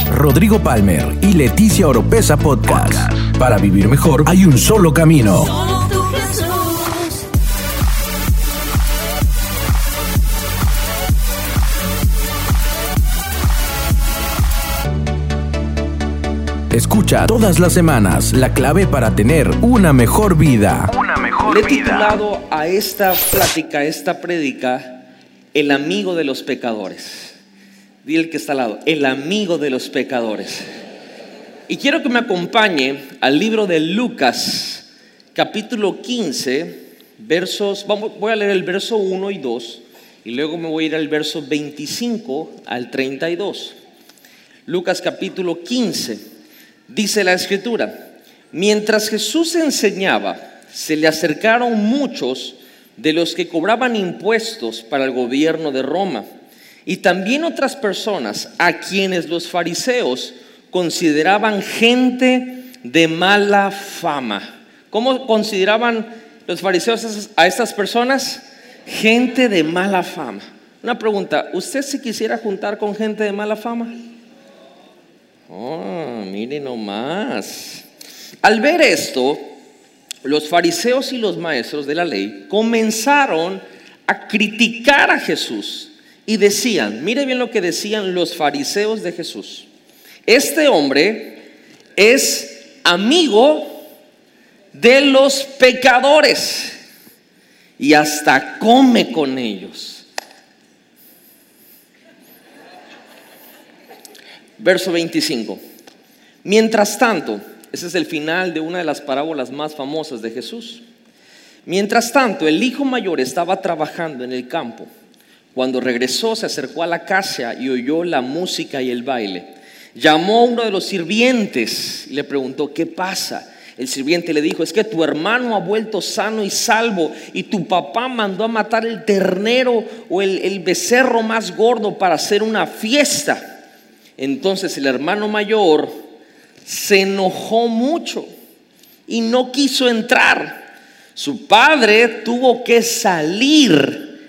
Rodrigo Palmer y Leticia Oropesa Podcast. Para vivir mejor hay un solo camino. Solo tú, Jesús. Escucha todas las semanas la clave para tener una mejor vida. Le he titulado a esta plática, a esta prédica, el amigo de los pecadores. Dile el que está al lado, el amigo de los pecadores. Y quiero que me acompañe al libro de Lucas, capítulo 15, voy a leer el verso 1 y 2, y luego me voy a ir al verso 25 al 32. Lucas capítulo 15. Dice la escritura: mientras Jesús enseñaba, se le acercaron muchos de los que cobraban impuestos para el gobierno de Roma, y también otras personas a quienes los fariseos consideraban gente de mala fama. ¿Cómo consideraban los fariseos a estas personas? Gente de mala fama. Una pregunta: ¿usted se quisiera juntar con gente de mala fama? Oh, mire nomás. Al ver esto, los fariseos y los maestros de la ley comenzaron a criticar a Jesús y decían, mire bien lo que decían los fariseos de Jesús: este hombre es amigo de los pecadores y hasta come con ellos. Verso 25. Mientras tanto, ese es el final de una de las parábolas más famosas de Jesús. Mientras tanto, el hijo mayor estaba trabajando en el campo. Cuando regresó, se acercó a la casa y oyó la música y el baile. Llamó a uno de los sirvientes y le preguntó: ¿qué pasa? El sirviente le dijo: es que tu hermano ha vuelto sano y salvo, y tu papá mandó a matar el ternero o el becerro más gordo para hacer una fiesta. Entonces el hermano mayor se enojó mucho y no quiso entrar. Su padre tuvo que salir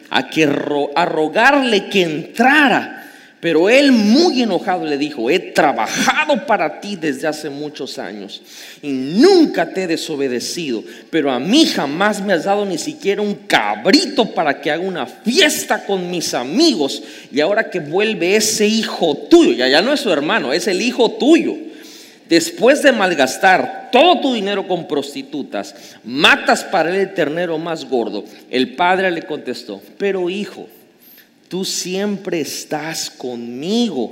a rogarle que entrara. Pero él, muy enojado, le dijo: he trabajado para ti desde hace muchos años y nunca te he desobedecido, pero a mí jamás me has dado ni siquiera un cabrito para que haga una fiesta con mis amigos. Y ahora que vuelve ese hijo tuyo, ya no es su hermano, es el hijo tuyo, después de malgastar todo tu dinero con prostitutas, matas para él el ternero más gordo. El padre le contestó: pero hijo, tú siempre estás conmigo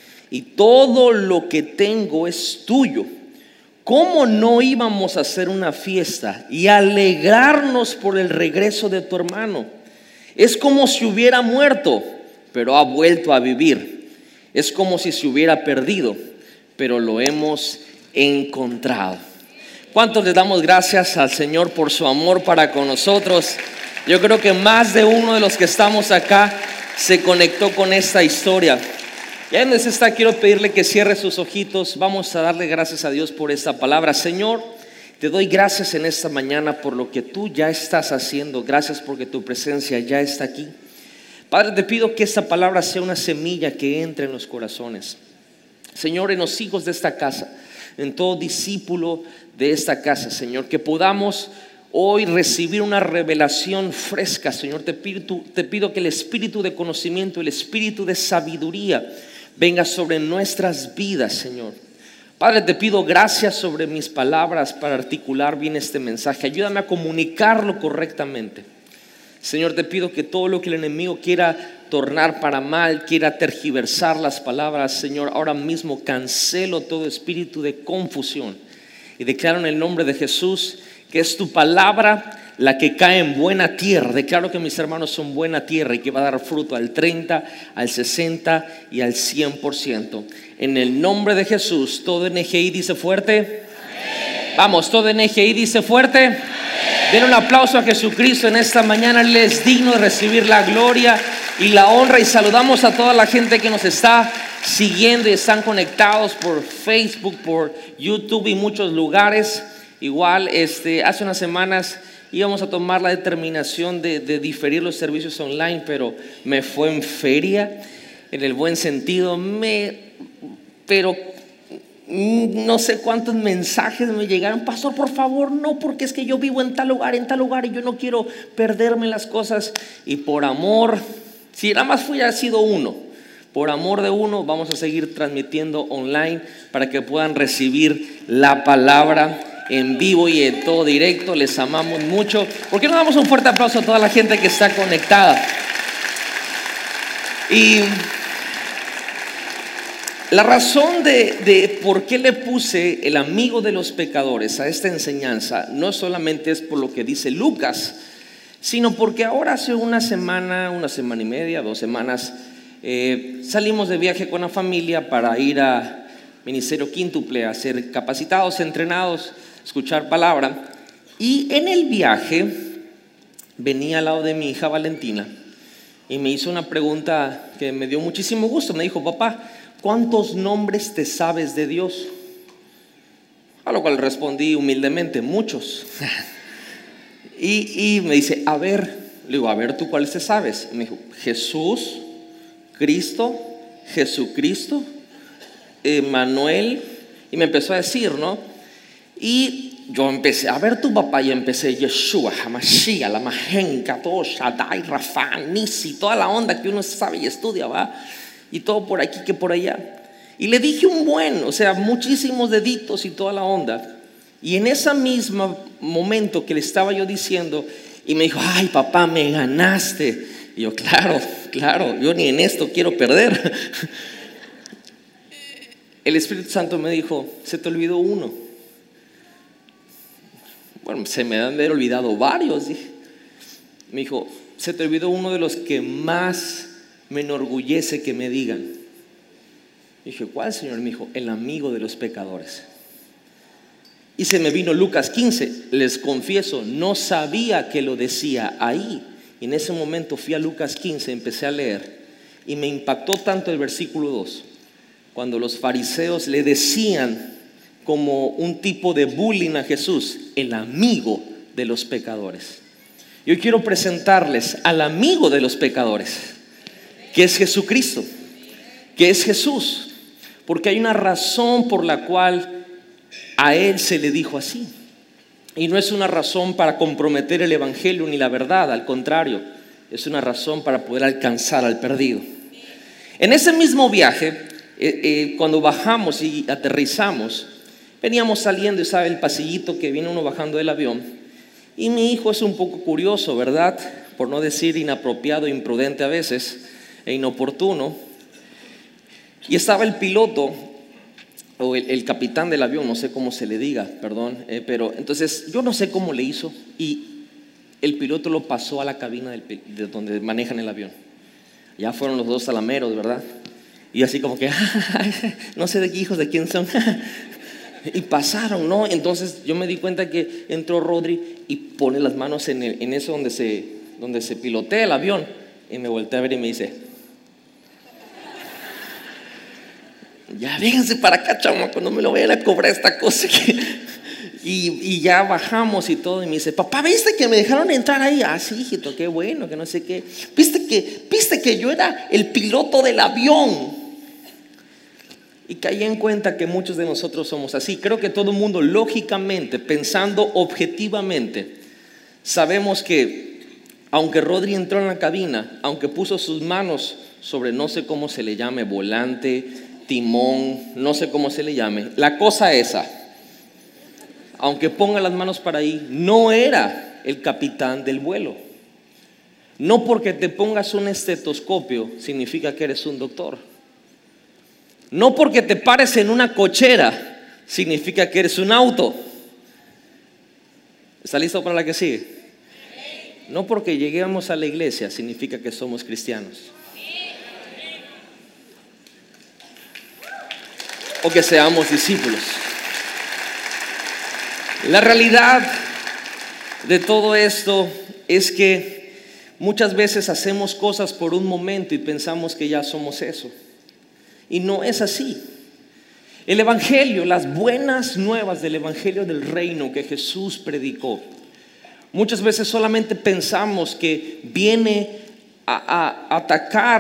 y todo lo que tengo es tuyo. ¿Cómo no íbamos a hacer una fiesta y alegrarnos por el regreso de tu hermano? Es como si hubiera muerto, pero ha vuelto a vivir. Es como si se hubiera perdido, pero lo hemos encontrado. ¿Cuántos le damos gracias al Señor por su amor para con nosotros? Yo creo que más de uno de los que estamos acá se conectó con esta historia. Y ahí donde se está, quiero pedirle que cierre sus ojitos. Vamos a darle gracias a Dios por esta palabra. Señor, te doy gracias en esta mañana por lo que tú ya estás haciendo. Gracias porque tu presencia ya está aquí. Padre, te pido que esta palabra sea una semilla que entre en los corazones. Señor, en los hijos de esta casa, en todo discípulo de esta casa, Señor, que podamos hoy recibir una revelación fresca. Señor, te pido que el espíritu de conocimiento, el espíritu de sabiduría venga sobre nuestras vidas, Señor. Padre, te pido gracias sobre mis palabras para articular bien este mensaje. Ayúdame a comunicarlo correctamente. Señor, te pido que todo lo que el enemigo quiera tornar para mal, quiera tergiversar las palabras, Señor, ahora mismo cancelo todo espíritu de confusión y declaro en el nombre de Jesús que es tu palabra la que cae en buena tierra. Declaro que mis hermanos son buena tierra y que va a dar fruto al 30, al 60 y al 100%. En el nombre de Jesús, todo NGI dice fuerte. Amén. Vamos, todo NGI dice fuerte. Amén. Den un aplauso a Jesucristo en esta mañana. Él es digno de recibir la gloria y la honra. Y saludamos a toda la gente que nos está siguiendo y están conectados por Facebook, por YouTube y muchos lugares. Igual, hace unas semanas íbamos a tomar la determinación de diferir los servicios online, pero me fue en feria, en el buen sentido. pero no sé cuántos mensajes me llegaron: pastor, por favor, no, porque es que yo vivo en tal lugar y yo no quiero perderme las cosas. Y por amor, si nada más hubiera sido uno, por amor de uno, vamos a seguir transmitiendo online para que puedan recibir la palabra en vivo y en todo directo. Les amamos mucho. ¿Por qué no damos un fuerte aplauso a toda la gente que está conectada? Y la razón de por qué le puse el amigo de los pecadores a esta enseñanza no solamente es por lo que dice Lucas, sino porque ahora hace una semana y media, 2 semanas, salimos de viaje con la familia para ir a Ministerio Quíntuple, a ser capacitados, entrenados, escuchar palabra. Y en el viaje venía al lado de mi hija Valentina y me hizo una pregunta que me dio muchísimo gusto. Me dijo: papá, ¿cuántos nombres te sabes de Dios? A lo cual respondí humildemente: muchos. y me dice: a ver, le digo: a ver, ¿tú cuáles te sabes? Y me dijo: Jesús, Cristo, Jesucristo, Manuel. Y me empezó a decir, ¿no? Y yo empecé, a ver tu papá, y empecé: Yeshua, Hamashiach, la Majenka, todo Shaddai, Rafa, Nisi, toda la onda que uno sabe y estudia, ¿va? Y todo por aquí que por allá. Y le dije muchísimos deditos y toda la onda. Y en ese mismo momento que le estaba yo diciendo, y me dijo: ay, papá, me ganaste. Y yo: claro, yo ni en esto quiero perder. El Espíritu Santo me dijo: se te olvidó uno. Bueno, se me han de haber olvidado varios, dije. Me dijo: se te olvidó uno de los que más me enorgullece que me digan. Dije: ¿cuál, Señor? Me dijo: el amigo de los pecadores. Y se me vino Lucas 15. Les confieso, no sabía que lo decía ahí. Y en ese momento fui a Lucas 15, empecé a leer, y me impactó tanto el versículo 2, cuando los fariseos le decían como un tipo de bullying a Jesús: el amigo de los pecadores. Yo quiero presentarles al amigo de los pecadores, que es Jesucristo, que es Jesús, porque hay una razón por la cual a Él se le dijo así. Y no es una razón para comprometer el evangelio ni la verdad, al contrario, es una razón para poder alcanzar al perdido. En ese mismo viaje, cuando bajamos y aterrizamos, veníamos saliendo, y sabe el pasillito que viene uno bajando del avión. Y mi hijo es un poco curioso, ¿verdad? Por no decir inapropiado, imprudente a veces, e inoportuno. Y estaba el piloto, o el capitán del avión, no sé cómo se le diga, perdón, pero entonces yo no sé cómo le hizo, y el piloto lo pasó a la cabina de donde manejan el avión. Ya fueron los dos salameros, ¿verdad? Y así como que no sé de qué hijos de quién son. Y pasaron, ¿no? Entonces yo me di cuenta que entró Rodri y pone las manos en eso donde se pilotea el avión. Y me volteé a ver y me dice: ya vénganse para acá, chamaco, no me lo vayan a cobrar esta cosa. Y ya bajamos y todo. Y me dice: papá, ¿viste que me dejaron entrar ahí? Ah, sí, hijito, qué bueno, que no sé qué. ¿Viste que yo era el piloto del avión? Y caí en cuenta que muchos de nosotros somos así. Creo que todo el mundo, lógicamente, pensando objetivamente, sabemos que aunque Rodri entró en la cabina, aunque puso sus manos sobre, no sé cómo se le llame, volante, timón, no sé cómo se le llame, la cosa esa, aunque ponga las manos para ahí, no era el capitán del vuelo. No porque te pongas un estetoscopio significa que eres un doctor. No porque te pares en una cochera significa que eres un auto. ¿Está listo para la que sigue? No porque lleguemos a la iglesia significa que somos cristianos. O que seamos discípulos. La realidad de todo esto es que muchas veces hacemos cosas por un momento y pensamos que ya somos eso. Y no es así. El evangelio, las buenas nuevas del evangelio del reino que Jesús predicó, muchas veces solamente pensamos que viene a atacar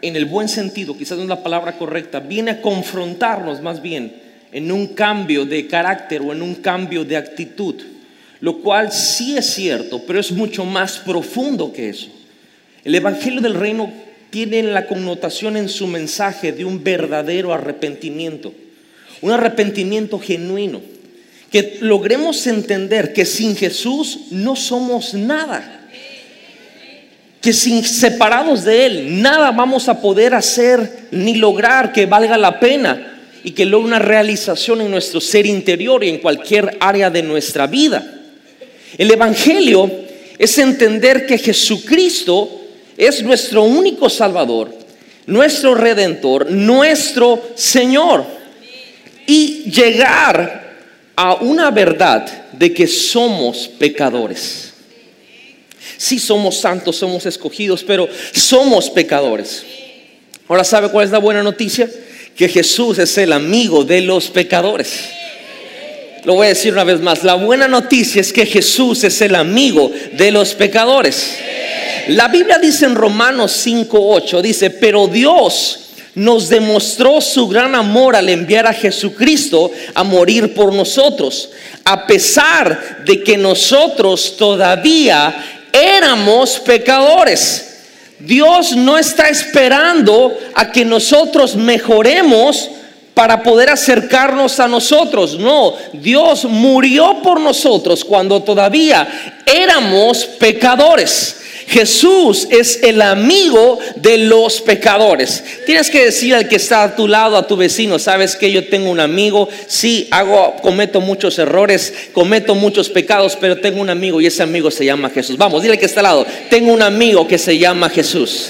en el buen sentido, quizás no es la palabra correcta, viene a confrontarnos más bien en un cambio de carácter o en un cambio de actitud, lo cual sí es cierto, pero es mucho más profundo que eso. El Evangelio del Reino tiene la connotación en su mensaje de un verdadero arrepentimiento, un arrepentimiento genuino, que logremos entender que sin Jesús no somos nada, que separados de Él nada vamos a poder hacer ni lograr que valga la pena y que logre una realización en nuestro ser interior y en cualquier área de nuestra vida. El Evangelio es entender que Jesucristo es nuestro único Salvador, nuestro Redentor, nuestro Señor, y llegar a una verdad de que somos pecadores. Sí somos santos, somos escogidos, pero somos pecadores. Ahora, ¿sabe cuál es la buena noticia? Que Jesús es el amigo de los pecadores. Lo voy a decir una vez más. La buena noticia es que Jesús es el amigo de los pecadores. La Biblia dice en Romanos 5:8, dice: pero Dios nos demostró su gran amor al enviar a Jesucristo a morir por nosotros, a pesar de que nosotros todavía éramos pecadores. Dios no está esperando a que nosotros mejoremos para poder acercarnos a nosotros. No, Dios murió por nosotros cuando todavía éramos pecadores. Jesús es el amigo de los pecadores. Tienes que decir al que está a tu lado, a tu vecino: ¿sabes que yo tengo un amigo? Sí, cometo muchos errores, cometo muchos pecados, pero tengo un amigo y ese amigo se llama Jesús. Vamos, dile al que está al lado: tengo un amigo que se llama Jesús.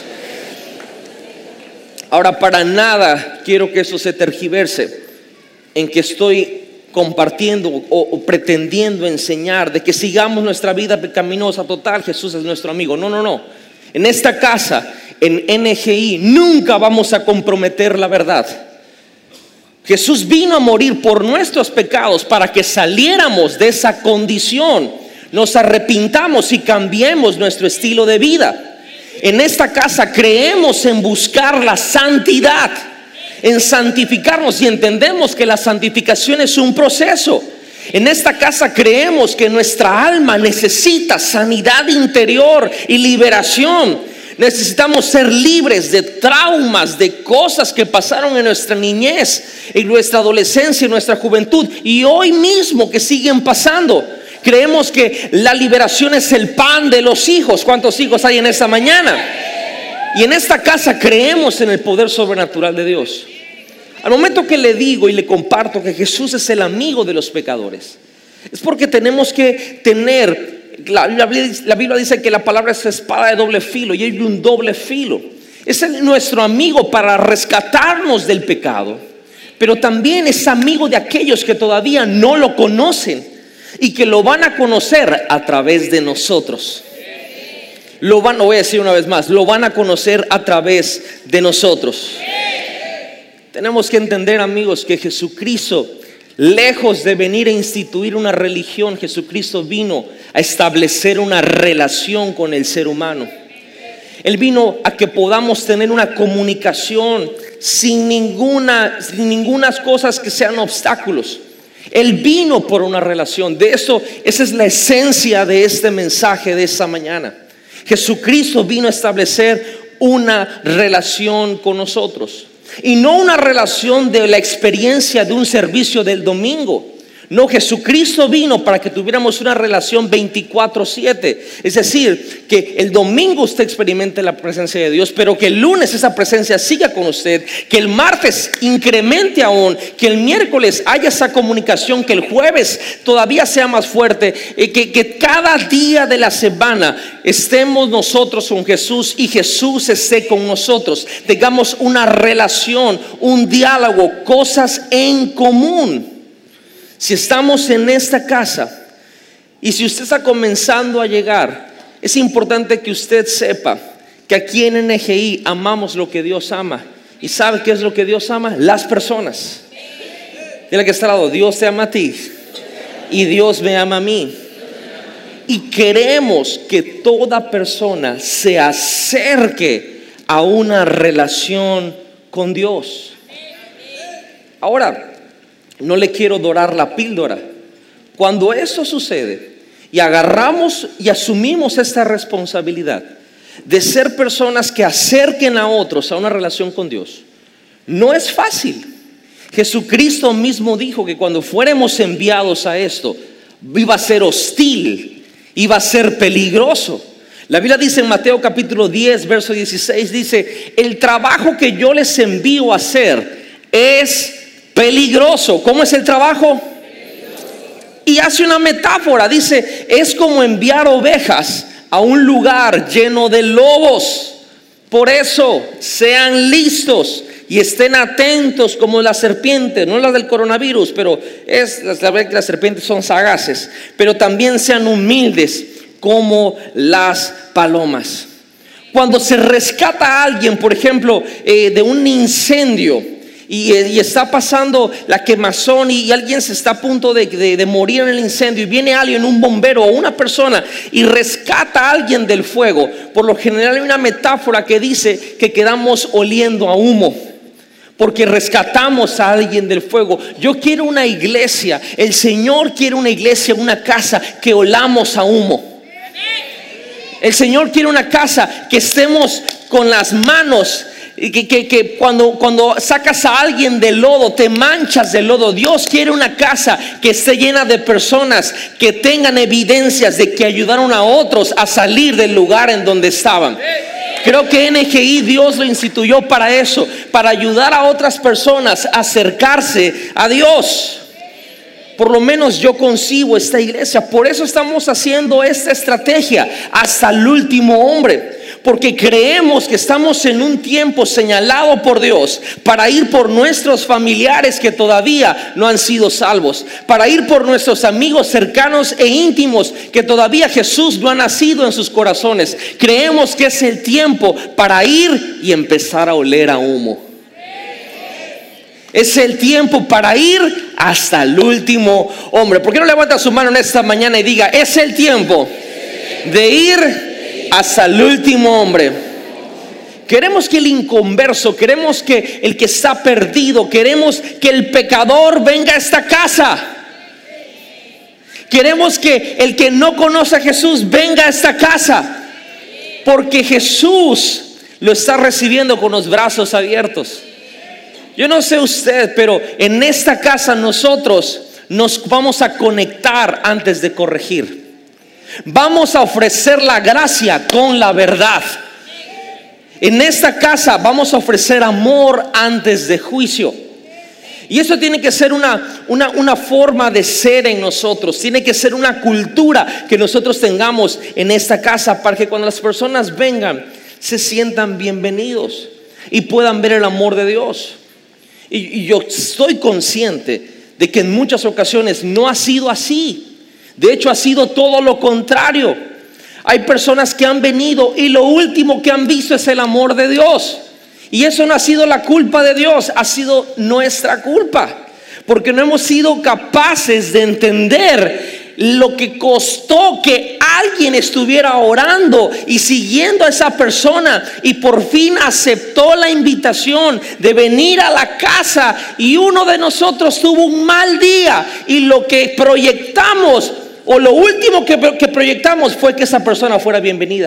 Ahora, para nada quiero que eso se tergiverse en que estoy compartiendo o pretendiendo enseñar de que sigamos nuestra vida pecaminosa. Total, Jesús es nuestro amigo. No. En esta casa, en NGI, nunca vamos a comprometer la verdad. Jesús vino a morir por nuestros pecados para que saliéramos de esa condición, nos arrepintamos y cambiemos nuestro estilo de vida. En esta casa creemos en buscar la santidad, en santificarnos, y entendemos que la santificación es un proceso. En esta casa creemos que nuestra alma necesita sanidad interior y liberación. Necesitamos ser libres de traumas, de cosas que pasaron en nuestra niñez, en nuestra adolescencia, en nuestra juventud y hoy mismo que siguen pasando. Creemos que la liberación es el pan de los hijos. ¿Cuántos hijos hay en esta mañana? Y en esta casa creemos en el poder sobrenatural de Dios. Al momento que le digo y le comparto que Jesús es el amigo de los pecadores, es porque tenemos que tener, la Biblia dice que la palabra es espada de doble filo, y hay un doble filo. Es nuestro amigo para rescatarnos del pecado, pero también es amigo de aquellos que todavía no lo conocen y que lo van a conocer a través de nosotros. Lo voy a decir una vez más, lo van a conocer a través de nosotros. Tenemos que entender, amigos, que Jesucristo, lejos de venir a instituir una religión, Jesucristo vino a establecer una relación con el ser humano. Él vino a que podamos tener una comunicación sin ningunas cosas que sean obstáculos. Él vino por una relación. Esa es la esencia de este mensaje de esta mañana. Jesucristo vino a establecer una relación con nosotros. Y no una relación de la experiencia de un servicio del domingo. No, Jesucristo vino para que tuviéramos una relación 24/7. Es decir, que el domingo usted experimente la presencia de Dios, pero que el lunes esa presencia siga con usted, que el martes incremente aún, que el miércoles haya esa comunicación, que el jueves todavía sea más fuerte, que cada día de la semana estemos nosotros con Jesús y Jesús esté con nosotros. Tengamos una relación, un diálogo, cosas en común. Si estamos en esta casa y si usted está comenzando a llegar, es importante que usted sepa que aquí en NGI amamos lo que Dios ama. ¿Y sabe qué es lo que Dios ama? Las personas. Dile que está al lado: Dios te ama a ti y Dios me ama a mí. Y queremos que toda persona se acerque a una relación con Dios. Ahora, no le quiero dorar la píldora. Cuando eso sucede y agarramos y asumimos esta responsabilidad de ser personas que acerquen a otros a una relación con Dios, no es fácil. Jesucristo mismo dijo que cuando fuéramos enviados a esto, iba a ser hostil, iba a ser peligroso. La Biblia dice en Mateo capítulo 10, verso 16, dice: el trabajo que yo les envío a hacer es peligroso. ¿Cómo es el trabajo? Y hace una metáfora, dice: es como enviar ovejas a un lugar lleno de lobos. Por eso sean listos y estén atentos como la serpiente, no las del coronavirus, pero las serpientes son sagaces, pero también sean humildes como las palomas. Cuando se rescata a alguien, por ejemplo, de un incendio y está pasando la quemazón y alguien se está a punto de morir en el incendio, y viene alguien, un bombero o una persona, y rescata a alguien del fuego, por lo general hay una metáfora que dice que quedamos oliendo a humo, porque rescatamos a alguien del fuego. Yo quiero una iglesia, el Señor quiere una iglesia, una casa que olamos a humo. El Señor quiere una casa que estemos con las manos, que cuando sacas a alguien del lodo, te manchas del lodo. Dios quiere una casa que esté llena de personas que tengan evidencias de que ayudaron a otros a salir del lugar en donde estaban. Creo que NGI Dios lo instituyó para eso, para ayudar a otras personas a acercarse a Dios. Por lo menos yo concibo esta iglesia. Por eso estamos haciendo esta estrategia hasta el último hombre, porque creemos que estamos en un tiempo señalado por Dios para ir por nuestros familiares que todavía no han sido salvos, para ir por nuestros amigos cercanos e íntimos que todavía Jesús no ha nacido en sus corazones. Creemos que es el tiempo para ir y empezar a oler a humo. Es el tiempo para ir hasta el último hombre. ¿Por qué no levanta su mano en esta mañana y diga: es el tiempo de ir hasta el último hombre? Queremos que el inconverso, queremos que el que está perdido, queremos que el pecador venga a esta casa. Queremos que el que no conoce a Jesús venga a esta casa, porque Jesús lo está recibiendo con los brazos abiertos. Yo no sé usted, pero en esta casa nosotros nos vamos a conectar antes de corregir. Vamos a ofrecer la gracia con la verdad. En esta casa vamos a ofrecer amor antes de juicio. Y eso tiene que ser una forma de ser en nosotros. Tiene que ser una cultura que nosotros tengamos en esta casa, para que cuando las personas vengan se sientan bienvenidos y puedan ver el amor de Dios. Y yo estoy consciente de que en muchas ocasiones no ha sido así. De hecho, ha sido todo lo contrario. Hay personas que han venido y lo último que han visto es el amor de Dios. Y eso no ha sido la culpa de Dios, ha sido nuestra culpa, porque no hemos sido capaces de entender lo que costó que alguien estuviera orando y siguiendo a esa persona, y por fin aceptó la invitación de venir a la casa, y uno de nosotros tuvo un mal día, y lo que proyectamos, o lo último que proyectamos, fue que esa persona fuera bienvenida.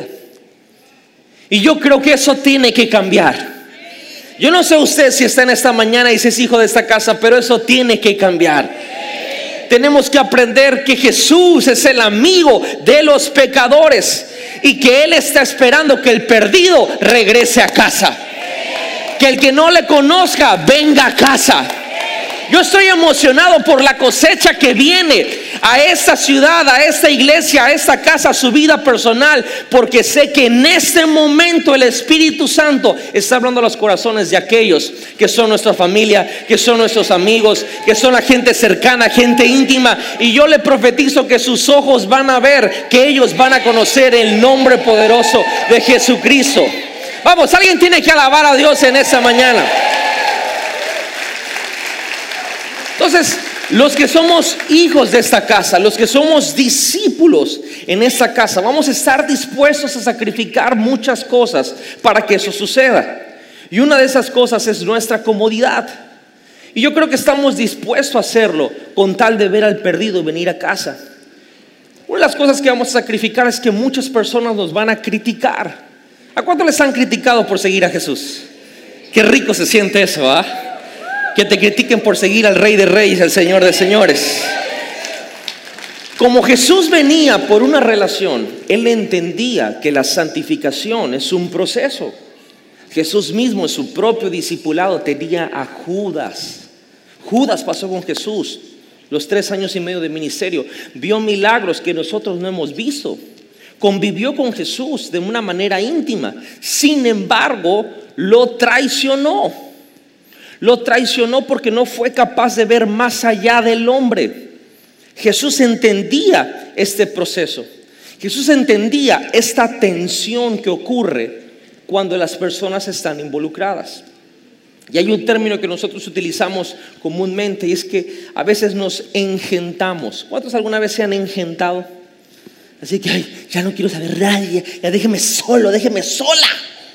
Y yo creo que eso tiene que cambiar. Yo no sé usted si está en esta mañana y si es hijo de esta casa, pero eso tiene que cambiar. Tenemos que aprender que Jesús es el amigo de los pecadores y que Él está esperando que el perdido regrese a casa, que el que no le conozca venga a casa. Yo estoy emocionado por la cosecha que viene a esta ciudad, a esta iglesia, a esta casa, a su vida personal, porque sé que en este momento el Espíritu Santo está hablando a los corazones de aquellos que son nuestra familia, que son nuestros amigos, que son la gente cercana, gente íntima. Y yo le profetizo que sus ojos van a ver, que ellos van a conocer el nombre poderoso de Jesucristo. Vamos, alguien tiene que alabar a Dios en esta mañana. Entonces, los que somos hijos de esta casa, los que somos discípulos, en esta casa, vamos a estar dispuestos a sacrificar muchas cosas para que eso suceda. Y una de esas cosas es nuestra comodidad. Y yo creo que estamos dispuestos a hacerlo con tal de ver al perdido y venir a casa. Una de las cosas que vamos a sacrificar es que muchas personas nos van a criticar. ¿A cuánto les han criticado por seguir a Jesús? Qué rico se siente eso, ¿ah? Que te critiquen por seguir al Rey de Reyes, al Señor de Señores. Como Jesús venía por una relación, Él entendía que la santificación es un proceso. Jesús mismo en su propio discipulado tenía a Judas. Judas pasó con Jesús los 3 años y medio de ministerio. Vio milagros que nosotros no hemos visto. Convivió con Jesús de una manera íntima. Sin embargo, lo traicionó. Lo traicionó porque no fue capaz de ver más allá del hombre. Jesús entendía este proceso. Jesús entendía esta tensión que ocurre cuando las personas están involucradas. Y hay un término que nosotros utilizamos comúnmente y es que a veces nos engentamos. ¿Cuántos alguna vez se han engentado? Así que ya no quiero saber nadie, ya déjeme solo, déjeme sola.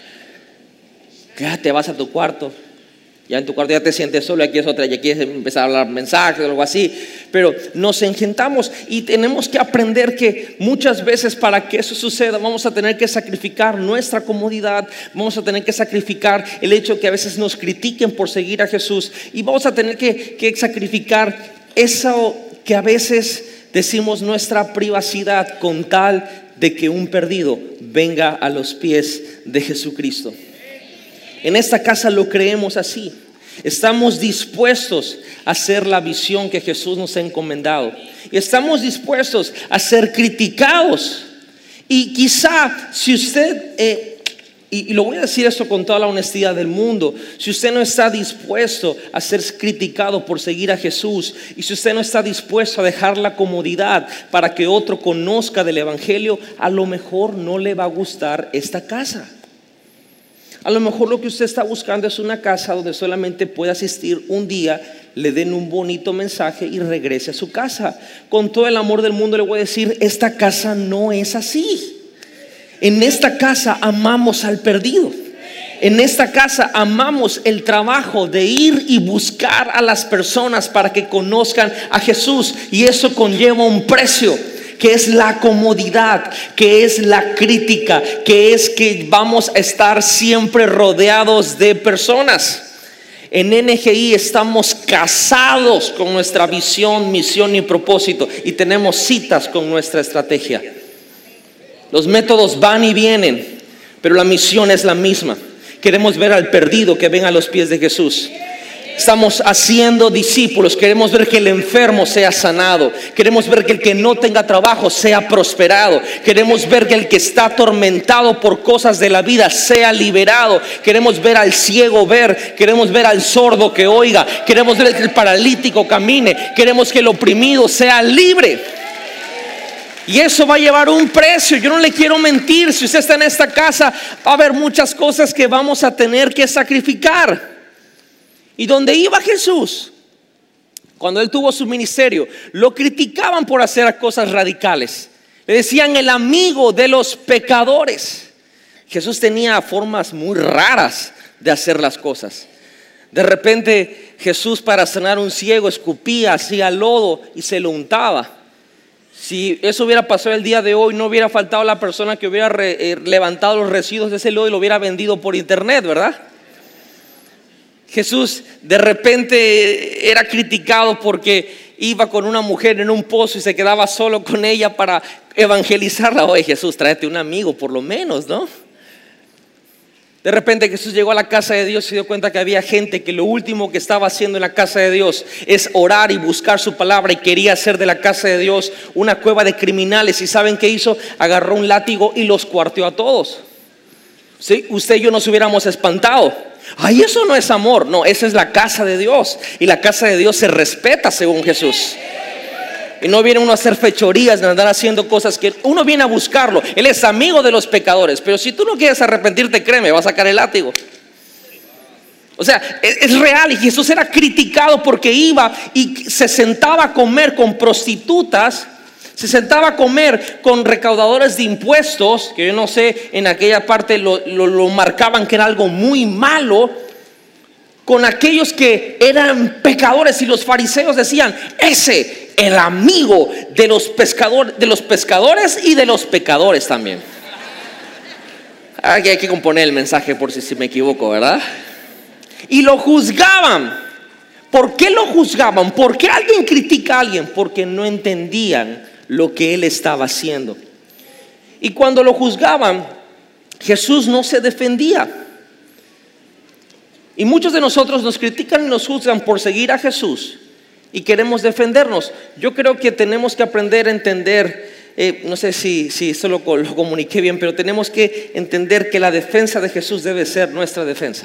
Ya te vas a tu cuarto. Ya en tu cuarto ya te sientes solo, aquí es otra, ya quieres empezar a hablar mensajes o algo así. Pero nos engentamos y tenemos que aprender que muchas veces para que eso suceda vamos a tener que sacrificar nuestra comodidad, vamos a tener que sacrificar el hecho que a veces nos critiquen por seguir a Jesús y vamos a tener que sacrificar eso que a veces decimos nuestra privacidad con tal de que un perdido venga a los pies de Jesucristo. En esta casa lo creemos así. Estamos dispuestos a hacer la visión que Jesús nos ha encomendado. Y estamos dispuestos a ser criticados. Y quizá si usted, y lo voy a decir esto con toda la honestidad del mundo, si usted no está dispuesto a ser criticado por seguir a Jesús, y si usted no está dispuesto a dejar la comodidad para que otro conozca del Evangelio, a lo mejor no le va a gustar esta casa. A lo mejor lo que usted está buscando es una casa donde solamente pueda asistir un día, le den un bonito mensaje y regrese a su casa. Con todo el amor del mundo le voy a decir, esta casa no es así. En esta casa amamos al perdido. En esta casa amamos el trabajo de ir y buscar a las personas para que conozcan a Jesús. Y eso conlleva un precio, que es la comodidad, que es la crítica, que es que vamos a estar siempre rodeados de personas. En NGI estamos casados con nuestra visión, misión y propósito y tenemos citas con nuestra estrategia. Los métodos van y vienen, pero la misión es la misma. Queremos ver al perdido que venga a los pies de Jesús. Estamos haciendo discípulos. Queremos ver que el enfermo sea sanado. Queremos ver que el que no tenga trabajo sea prosperado. Queremos ver que el que está atormentado por cosas de la vida sea liberado. Queremos ver al ciego ver. Queremos ver al sordo que oiga. Queremos ver que el paralítico camine. Queremos que el oprimido sea libre. Y eso va a llevar un precio. Yo no le quiero mentir. Si usted está en esta casa, va a haber muchas cosas que vamos a tener que sacrificar. Y donde iba Jesús, cuando él tuvo su ministerio, lo criticaban por hacer cosas radicales. Le decían el amigo de los pecadores. Jesús tenía formas muy raras de hacer las cosas. De repente Jesús, para sanar a un ciego, escupía, hacía lodo y se lo untaba. Si eso hubiera pasado el día de hoy, no hubiera faltado la persona que hubiera levantado los residuos de ese lodo y lo hubiera vendido por internet, ¿verdad? Jesús de repente era criticado porque iba con una mujer en un pozo y se quedaba solo con ella para evangelizarla. Oye, Jesús, tráete un amigo por lo menos, ¿no? De repente Jesús llegó a la casa de Dios y se dio cuenta que había gente que lo último que estaba haciendo en la casa de Dios es orar y buscar su palabra, y quería hacer de la casa de Dios una cueva de criminales. ¿Y saben qué hizo? Agarró un látigo y los cuarteó a todos. ¿Sí? Usted y yo nos hubiéramos espantado. Ay, eso no es amor. No, esa es la casa de Dios. Y la casa de Dios se respeta según Jesús. Y no viene uno a hacer fechorías, de andar haciendo cosas que uno viene a buscarlo. Él es amigo de los pecadores. Pero si tú no quieres arrepentirte, créeme, va a sacar el látigo. O sea, es real. Y Jesús era criticado porque iba y se sentaba a comer con prostitutas Se sentaba a comer con recaudadores de impuestos, que yo no sé, en aquella parte lo marcaban que era algo muy malo, con aquellos que eran pecadores, y los fariseos decían: ese, el amigo de los pescadores y de los pecadores también. Hay que componer el mensaje por si me equivoco, ¿verdad? Y lo juzgaban. ¿Por qué lo juzgaban? ¿Por qué alguien critica a alguien? Porque no entendían lo que él estaba haciendo. Y cuando lo juzgaban, Jesús no se defendía. Y muchos de nosotros nos critican y nos juzgan por seguir a Jesús y queremos defendernos. Yo creo que tenemos que aprender a entender, no sé si esto lo comuniqué bien, pero tenemos que entender que la defensa de Jesús debe ser nuestra defensa.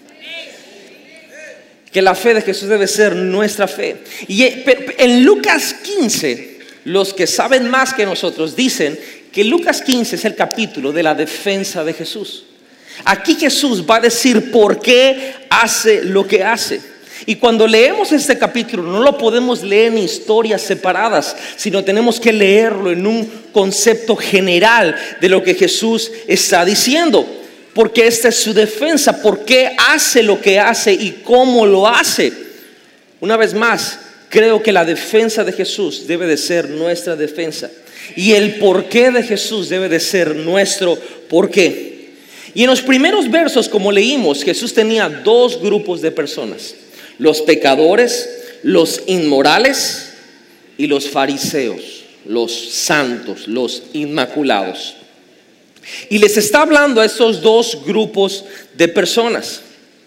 Que la fe de Jesús debe ser nuestra fe. Y en Lucas 15, los que saben más que nosotros dicen que Lucas 15 es el capítulo de la defensa de Jesús. Aquí Jesús va a decir por qué hace lo que hace. Y cuando leemos este capítulo no lo podemos leer en historias separadas, sino tenemos que leerlo en un concepto general de lo que Jesús está diciendo. Porque esta es su defensa, por qué hace lo que hace y cómo lo hace. Una vez más, creo que la defensa de Jesús debe de ser nuestra defensa. Y el porqué de Jesús debe de ser nuestro porqué. Y en los primeros versos, como leímos, Jesús tenía dos grupos de personas: los pecadores, los inmorales, y los fariseos, los santos, los inmaculados. Y les está hablando a estos dos grupos de personas.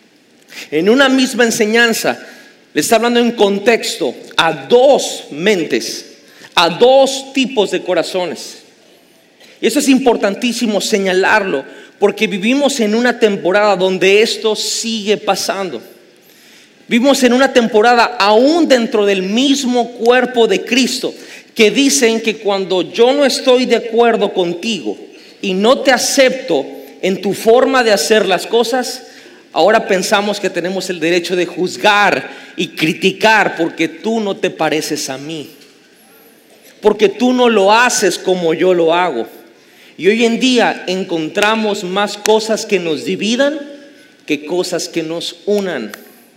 En una misma enseñanza, le está hablando en contexto a dos mentes, a dos tipos de corazones. Y eso es importantísimo señalarlo, porque vivimos en una temporada donde esto sigue pasando. Vivimos en una temporada aún dentro del mismo cuerpo de Cristo, que dicen que cuando yo no estoy de acuerdo contigo y no te acepto en tu forma de hacer las cosas, ahora pensamos que tenemos el derecho de juzgar y criticar porque tú no te pareces a mí, porque tú no lo haces como yo lo hago. Y hoy en día encontramos más cosas que nos dividan que cosas que nos unan.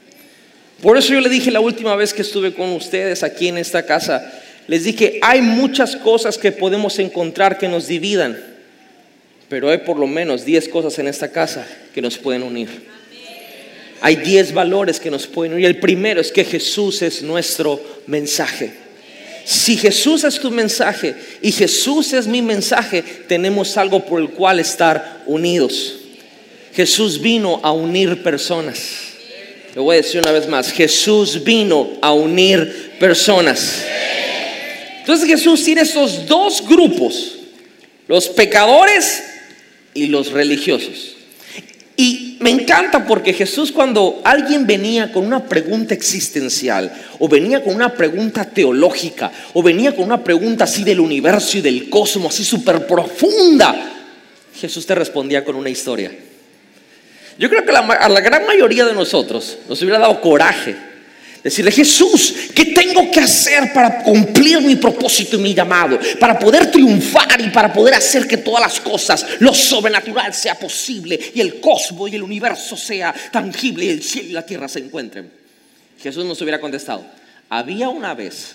Por eso yo le dije la última vez que estuve con ustedes aquí en esta casa, les dije: hay muchas cosas que podemos encontrar que nos dividan, pero hay por lo menos 10 cosas en esta casa que nos pueden unir. Hay 10 valores que nos pueden unir. El primero es que Jesús es nuestro mensaje. Si Jesús es tu mensaje y Jesús es mi mensaje, tenemos algo por el cual estar unidos. Jesús vino a unir personas. Lo voy a decir una vez más: Jesús vino a unir personas. Entonces Jesús tiene estos dos grupos: los pecadores y los religiosos. Y me encanta porque Jesús, cuando alguien venía con una pregunta existencial, o venía con una pregunta teológica, o venía con una pregunta así del universo y del cosmos, así súper profunda, Jesús te respondía con una historia. Yo creo que a la gran mayoría de nosotros nos hubiera dado coraje decirle: Jesús, ¿qué tengo que hacer para cumplir mi propósito y mi llamado? Para poder triunfar y para poder hacer que todas las cosas, lo sobrenatural sea posible, y el cosmos y el universo sea tangible, y el cielo y la tierra se encuentren. Jesús nos hubiera contestado: había una vez,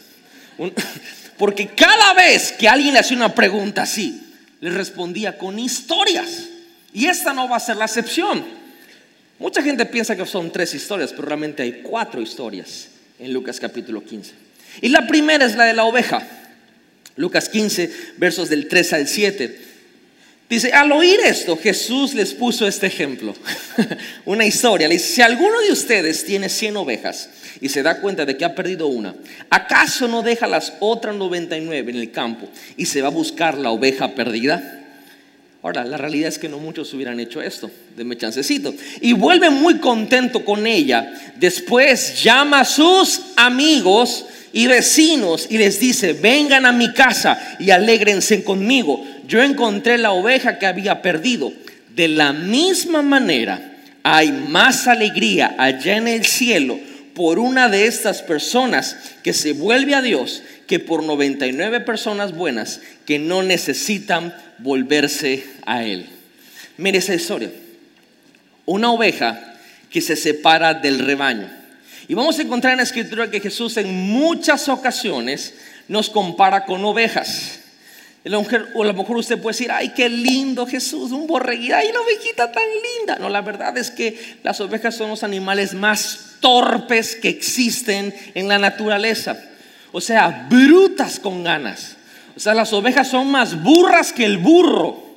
porque cada vez que alguien le hacía una pregunta así, le respondía con historias. Y esta no va a ser la excepción. Mucha gente piensa que son 3 historias, pero realmente hay 4 historias en Lucas capítulo 15. Y la primera es la de la oveja. Lucas 15, versos del 3 al 7. Dice: al oír esto, Jesús les puso este ejemplo. Una historia. Le dice: si alguno de ustedes tiene 100 ovejas y se da cuenta de que ha perdido una, ¿acaso no deja las otras 99 en el campo y se va a buscar la oveja perdida? Ahora, la realidad es que no muchos hubieran hecho esto. Denme chancecito. Y vuelve muy contento con ella. Después llama a sus amigos y vecinos y les dice: vengan a mi casa y alégrense conmigo. Yo encontré la oveja que había perdido. De la misma manera, hay más alegría allá en el cielo por una de estas personas que se vuelve a Dios que por 99 personas buenas que no necesitan volverse a Él. Mire esa historia. Una oveja que se separa del rebaño. Y vamos a encontrar en la escritura que Jesús en muchas ocasiones nos compara con ovejas. O a lo mejor usted puede decir, ay, qué lindo Jesús, un borreguito, ay, la ovejita tan linda. No, la verdad es que las ovejas son los animales más torpes que existen en la naturaleza. O sea, brutas con ganas. O sea, las ovejas son más burras que el burro.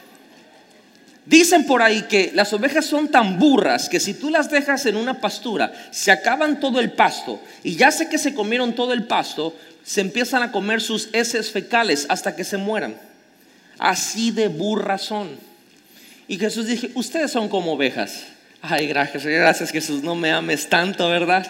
Dicen por ahí que las ovejas son tan burras que si tú las dejas en una pastura, se acaban todo el pasto y ya sé que se comieron todo el pasto, se empiezan a comer sus heces fecales hasta que se mueran. Así de burras son. Y Jesús dijo, ustedes son como ovejas. Ay, gracias Jesús, no me ames tanto, ¿verdad?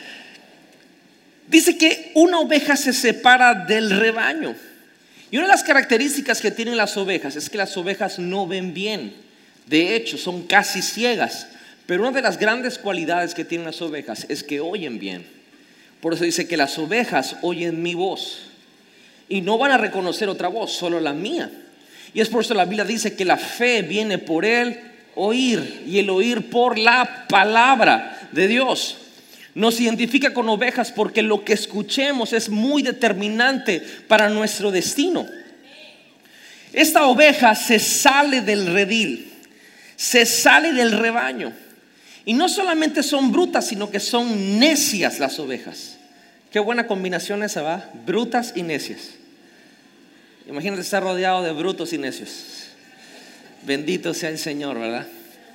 Dice que una oveja se separa del rebaño. Y una de las características que tienen las ovejas es que las ovejas no ven bien. De hecho, son casi ciegas. Pero una de las grandes cualidades que tienen las ovejas es que oyen bien. Por eso dice que las ovejas oyen mi voz y no van a reconocer otra voz, solo la mía. Y es por eso la Biblia dice que la fe viene por el oír y el oír por la palabra de Dios. Nos identifica con ovejas porque lo que escuchemos es muy determinante para nuestro destino. Esta oveja se sale del redil, se sale del rebaño. Y no solamente son brutas, sino que son necias las ovejas. Qué buena combinación esa, ¿va? Brutas y necias. Imagínate estar rodeado de brutos y necios. Bendito sea el Señor, ¿verdad?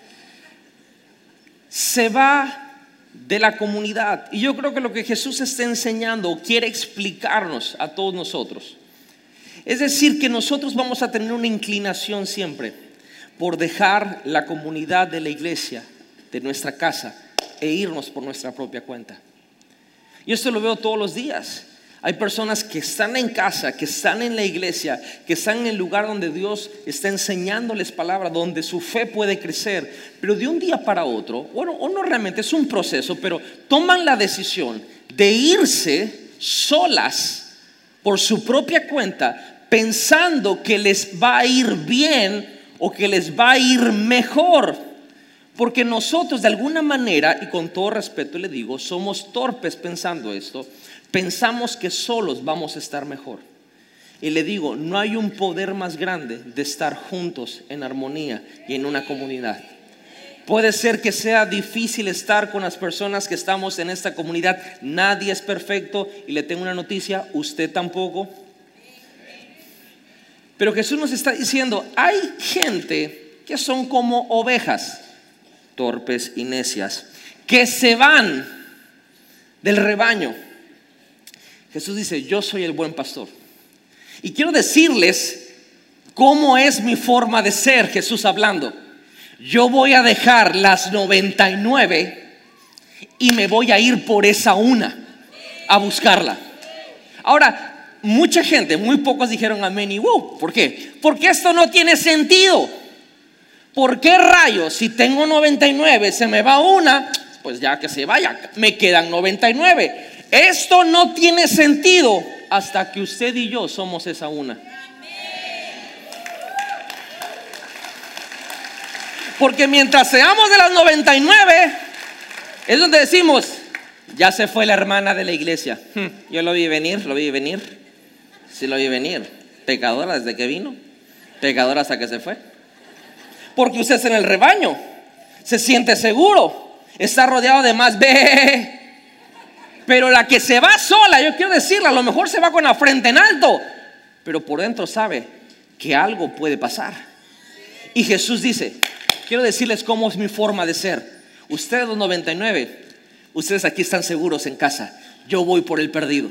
Se va de la comunidad. Y yo creo que lo que Jesús está enseñando o quiere explicarnos a todos nosotros, es decir, que nosotros vamos a tener una inclinación siempre por dejar la comunidad de la iglesia, de nuestra casa, e irnos por nuestra propia cuenta. Y esto lo veo todos los días. Hay personas que están en casa, que están en la iglesia, que están en el lugar donde Dios está enseñándoles palabra, donde su fe puede crecer, pero de un día para otro, bueno, o no realmente es un proceso, pero toman la decisión de irse solas por su propia cuenta, pensando que les va a ir bien o que les va a ir mejor. Porque nosotros de alguna manera, y con todo respeto le digo, somos torpes pensando esto. Pensamos que solos vamos a estar mejor. Y le digo, no hay un poder más grande de estar juntos en armonía y en una comunidad. Puede ser que sea difícil estar con las personas que estamos en esta comunidad. Nadie es perfecto y le tengo una noticia, usted tampoco. Pero Jesús nos está diciendo, hay gente que son como ovejas, torpes y necias, que se van del rebaño. Jesús dice, yo soy el buen pastor. Y quiero decirles cómo es mi forma de ser. Jesús hablando, yo voy a dejar las 99 y me voy a ir por esa una a buscarla. Ahora, mucha gente, muy pocos dijeron amén y wow. ¿Por qué? Porque esto no tiene sentido. ¿Por qué rayos si tengo 99 se me va una? Pues ya que se vaya, me quedan 99. Esto no tiene sentido hasta que usted y yo somos esa una. Porque mientras seamos de las 99 es donde decimos, ya se fue la hermana de la iglesia. Yo lo vi venir. Sí lo vi venir. Pecadora desde que vino, pecadora hasta que se fue. Porque usted está en el rebaño, se siente seguro, está rodeado de más ve. Pero la que se va sola, yo quiero decirle, a lo mejor se va con la frente en alto, pero por dentro sabe que algo puede pasar. Y Jesús dice, quiero decirles cómo es mi forma de ser. Ustedes los 99, ustedes aquí están seguros en casa. Yo voy por el perdido.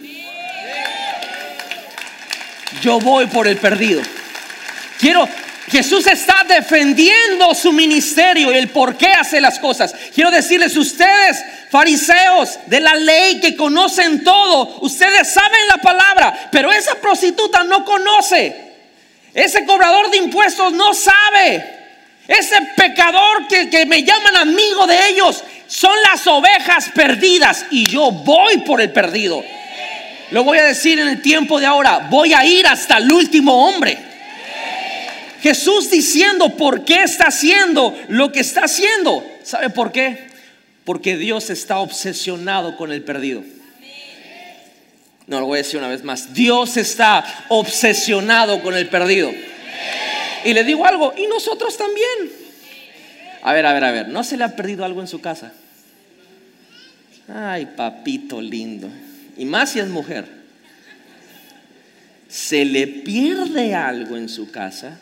Yo voy por el perdido. Jesús está defendiendo su ministerio y el por qué hace las cosas. Quiero decirles, ustedes, fariseos de la ley que conocen todo, ustedes saben la palabra, pero esa prostituta no conoce. Ese cobrador de impuestos no sabe. Ese pecador que me llaman amigo de ellos, son las ovejas perdidas y yo voy por el perdido. Lo voy a decir en el tiempo de ahora, voy a ir hasta el último hombre. Jesús diciendo por qué está haciendo lo que está haciendo. ¿Sabe por qué? Porque Dios está obsesionado con el perdido. No, lo voy a decir una vez más. Dios está obsesionado con el perdido. Y le digo algo, y nosotros también. A ver, ¿no se le ha perdido algo en su casa? Ay, papito lindo. Y más si es mujer. Se le pierde algo en su casa.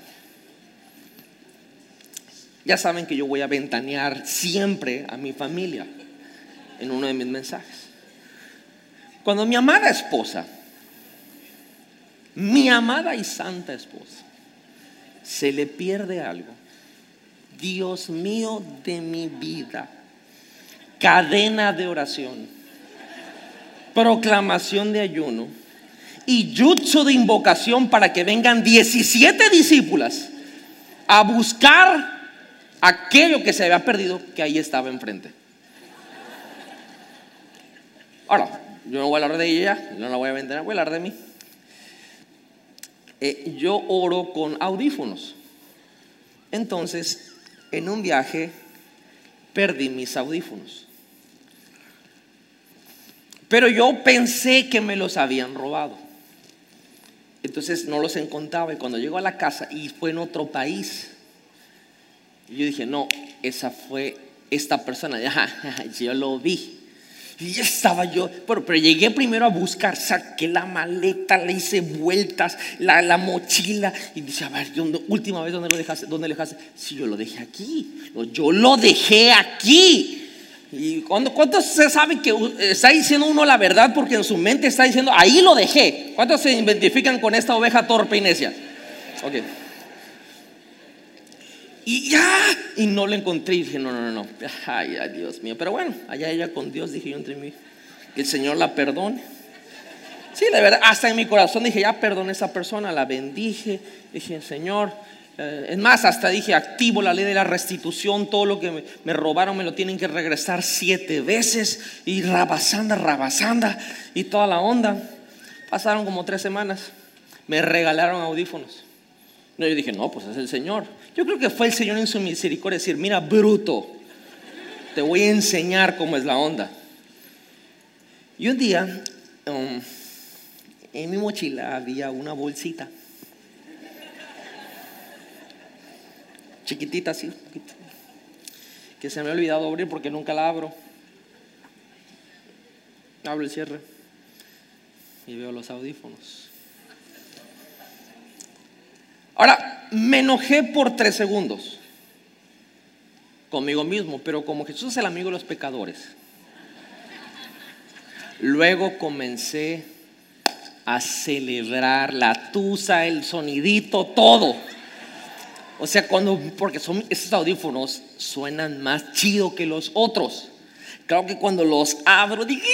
Ya saben que yo voy a ventanear siempre a mi familia en uno de mis mensajes. Cuando mi amada esposa, mi amada y santa esposa, se le pierde algo, Dios mío de mi vida, cadena de oración, proclamación de ayuno y jutsu de invocación para que vengan 17 discípulas a buscar aquello que se había perdido, que ahí estaba enfrente. Ahora, yo no voy a hablar de ella, no la voy a vender, voy a hablar de mí. Yo oro con audífonos. Entonces, en un viaje perdí mis audífonos, pero yo pensé que me los habían robado. Entonces no los encontraba, y cuando llego a la casa y fue en otro país, yo dije, no, esa fue esta persona. Yo lo vi. Y ya estaba yo, pero llegué primero a buscar, saqué la maleta, le hice vueltas, la mochila, y dice, a ver, última vez, ¿dónde lo dejaste? ¿Dónde lo dejaste? Sí, yo lo dejé aquí. No, yo lo dejé aquí. Y ¿cuántos se saben que está diciendo uno la verdad porque en su mente está diciendo, ahí lo dejé? ¿Cuántos se identifican con esta oveja torpe y necia? Ok. Y y no lo encontré. Y dije, no. Ay, Dios mío. Pero bueno, allá ella con Dios, dije yo entre mí, que el Señor la perdone. Sí, de verdad, hasta en mi corazón dije, ya perdoné a esa persona, la bendije. Dije, Señor, es más, hasta dije, activo la ley de la restitución. Todo lo que me robaron me lo tienen que regresar 7 veces. Y rabasanda y toda la onda. Pasaron como 3 semanas. Me regalaron audífonos. No, yo dije, no, pues es el Señor. Yo creo que fue el Señor en su misericordia decir, mira, bruto, te voy a enseñar cómo es la onda. Y un día, en mi mochila había una bolsita chiquitita así, que se me ha olvidado abrir porque nunca la abro. Abro el cierre y veo los audífonos. Ahora, me enojé por 3 segundos conmigo mismo, pero como Jesús es el amigo de los pecadores, luego comencé a celebrar la tusa, el sonidito, todo. O sea, porque esos audífonos suenan más chido que los otros. Claro que cuando los abro, digo,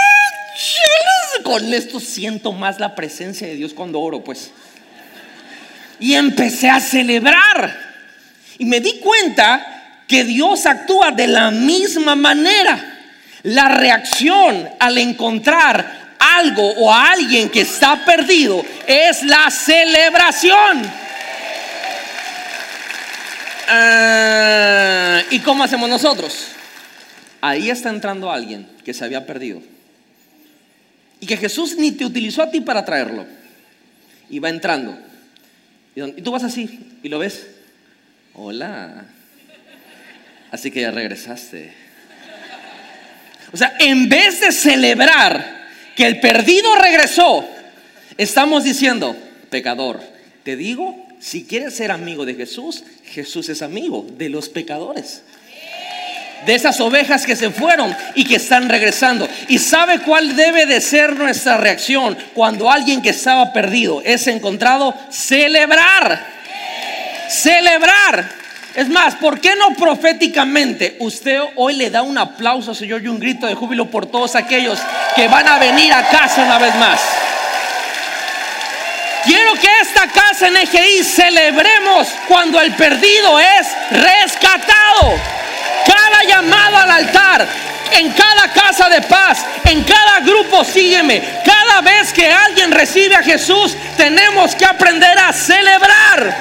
con esto siento más la presencia de Dios cuando oro, pues. Y empecé a celebrar. Y me di cuenta que Dios actúa de la misma manera. La reacción al encontrar algo o a alguien que está perdido es la celebración. ¿Y cómo hacemos nosotros? Ahí está entrando alguien que se había perdido y que Jesús ni te utilizó a ti para traerlo. Y va entrando. Y tú vas así y lo ves. Hola. Así que ya regresaste. O sea, en vez de celebrar que el perdido regresó, estamos diciendo, pecador, te digo, si quieres ser amigo de Jesús, Jesús es amigo de los pecadores, de esas ovejas que se fueron y que están regresando. ¿Y sabe cuál debe de ser nuestra reacción cuando alguien que estaba perdido es encontrado? Celebrar. Celebrar. Es más, ¿por qué no proféticamente usted hoy le da un aplauso, Señor, y un grito de júbilo por todos aquellos que van a venir a casa una vez más? Quiero que esta casa en EGI celebremos cuando el perdido es rescatado. Cada llamado al altar, en cada casa de paz, en cada grupo sígueme. Cada vez que alguien recibe a Jesús, tenemos que aprender a celebrar.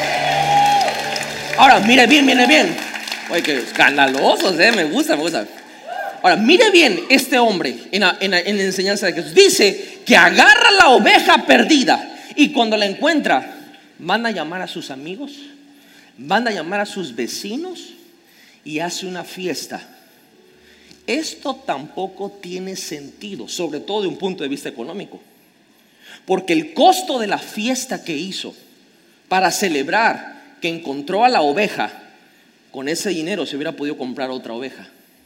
Ahora, mire bien. Oye, que escandalosos, me gusta. Ahora, mire bien este hombre en la enseñanza de Jesús. Dice que agarra la oveja perdida y cuando la encuentra, manda a llamar a sus amigos, manda a llamar a sus vecinos y hace una fiesta. Esto tampoco tiene sentido, sobre todo de un punto de vista económico, porque el costo de la fiesta que hizo para celebrar que encontró a la oveja, con ese dinero se hubiera podido comprar otra oveja.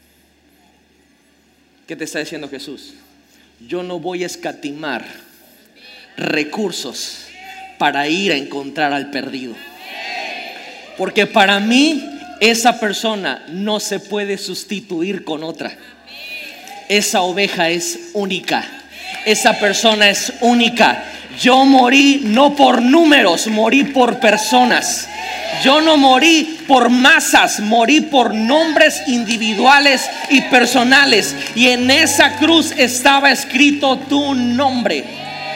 ¿Qué te está diciendo Jesús? Yo no voy a escatimar recursos para ir a encontrar al perdido, porque para mí esa persona no se puede sustituir con otra. Esa oveja es única, esa persona es única. Yo morí no por números, morí por personas. Yo no morí por masas, morí por nombres individuales y personales. Y en esa cruz estaba escrito tu nombre.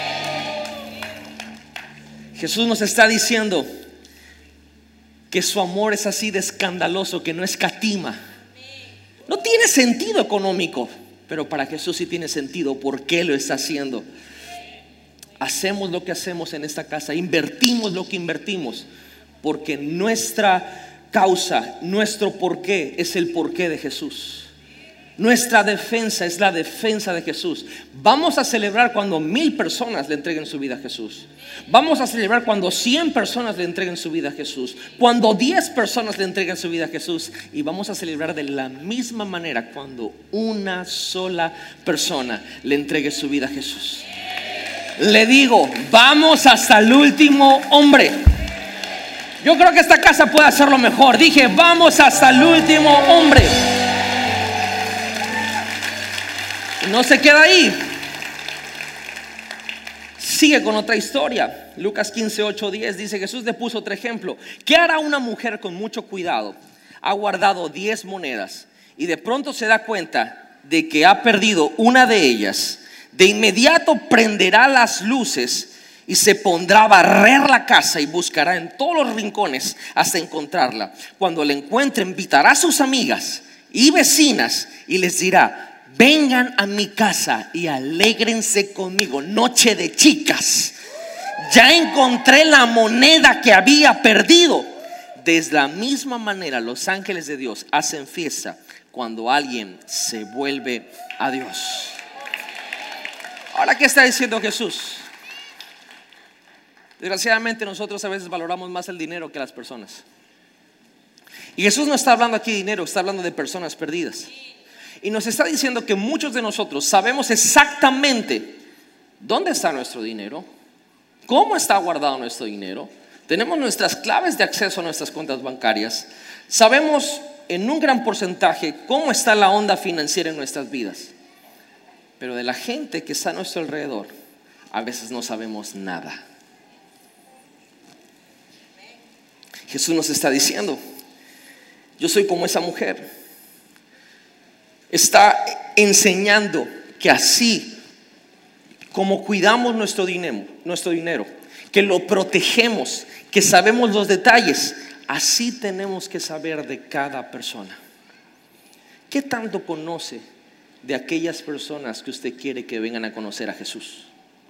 Jesús nos está diciendo que su amor es así de escandaloso que no escatima. No tiene sentido económico, pero para Jesús sí tiene sentido. ¿Por qué lo está haciendo? Hacemos lo que hacemos en esta casa, invertimos lo que invertimos, porque nuestra causa, nuestro porqué es el porqué de Jesús. Nuestra defensa es la defensa de Jesús. Vamos a celebrar cuando 1000 personas le entreguen su vida a Jesús. Vamos a celebrar cuando 100 personas le entreguen su vida a Jesús, cuando 10 personas le entreguen su vida a Jesús. Y vamos a celebrar de la misma manera cuando una sola persona le entregue su vida a Jesús. Le digo, vamos hasta el último hombre. Yo creo que esta casa puede hacerlo mejor. Dije, vamos hasta el último hombre. No se queda ahí. Sigue con otra historia. Lucas 15:8-10 dice: Jesús le puso otro ejemplo. ¿Qué hará una mujer con mucho cuidado? Ha guardado 10 monedas y de pronto se da cuenta de que ha perdido una de ellas. De inmediato prenderá las luces y se pondrá a barrer la casa y buscará en todos los rincones hasta encontrarla. Cuando la encuentre, invitará a sus amigas y vecinas y les dirá: vengan a mi casa y alégrense conmigo, noche de chicas. Ya encontré la moneda que había perdido. De la misma manera, los ángeles de Dios hacen fiesta cuando alguien se vuelve a Dios. Ahora, ¿qué está diciendo Jesús? Desgraciadamente nosotros a veces valoramos más el dinero que las personas. Y Jesús no está hablando aquí de dinero, está hablando de personas perdidas. Y nos está diciendo que muchos de nosotros sabemos exactamente dónde está nuestro dinero, cómo está guardado nuestro dinero. Tenemos nuestras claves de acceso a nuestras cuentas bancarias. Sabemos en un gran porcentaje cómo está la onda financiera en nuestras vidas. Pero de la gente que está a nuestro alrededor, a veces no sabemos nada. Jesús nos está diciendo: yo soy como esa mujer. Está enseñando que así como cuidamos nuestro dinero, que lo protegemos, que sabemos los detalles, así tenemos que saber de cada persona. ¿Qué tanto conoce de aquellas personas que usted quiere que vengan a conocer a Jesús?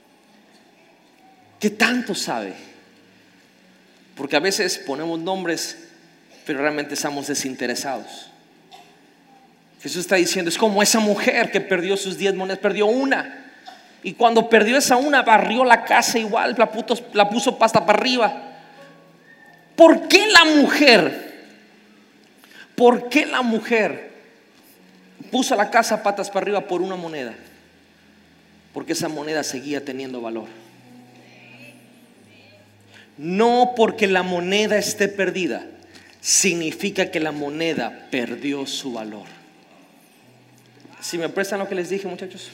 ¿Qué tanto sabe? Porque a veces ponemos nombres, pero realmente estamos desinteresados. Jesús está diciendo: es como esa mujer que perdió sus 10 monedas, perdió una. Y cuando perdió esa una, barrió la casa igual, la puso pasta para arriba. ¿Por qué la mujer puso la casa patas para arriba por una moneda? Porque esa moneda seguía teniendo valor. No porque la moneda esté perdida significa que la moneda perdió su valor. Si me prestan lo que les dije, muchachos.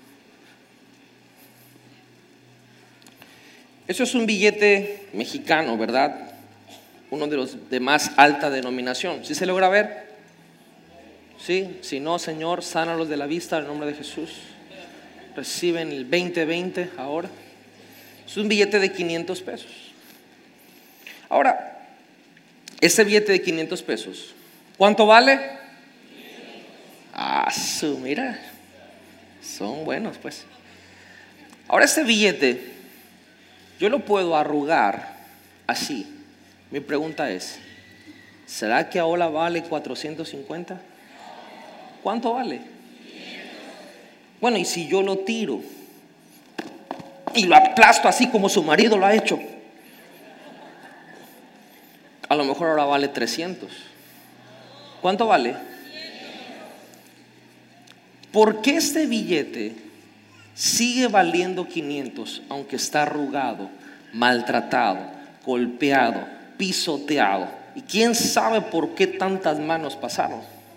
Eso es un billete mexicano, ¿verdad? Uno de los de más alta denominación. ¿Sí se logra ver? Sí, si no, Señor, sánalos de la vista en el nombre de Jesús. Reciben el 2020 ahora. Es un billete de 500 pesos. Ahora, ese billete de 500 pesos, ¿cuánto vale? Mira, son buenos pues. Ahora ese billete yo lo puedo arrugar así. Mi pregunta es, ¿será que ahora vale 450? ¿Cuánto vale? Bueno, y si yo lo tiro y lo aplasto así como su marido lo ha hecho, a lo mejor ahora vale 300. ¿Cuánto vale? ¿Por qué este billete sigue valiendo 500 aunque está arrugado, maltratado, golpeado, pisoteado? ¿Y quién sabe por qué tantas manos pasaron?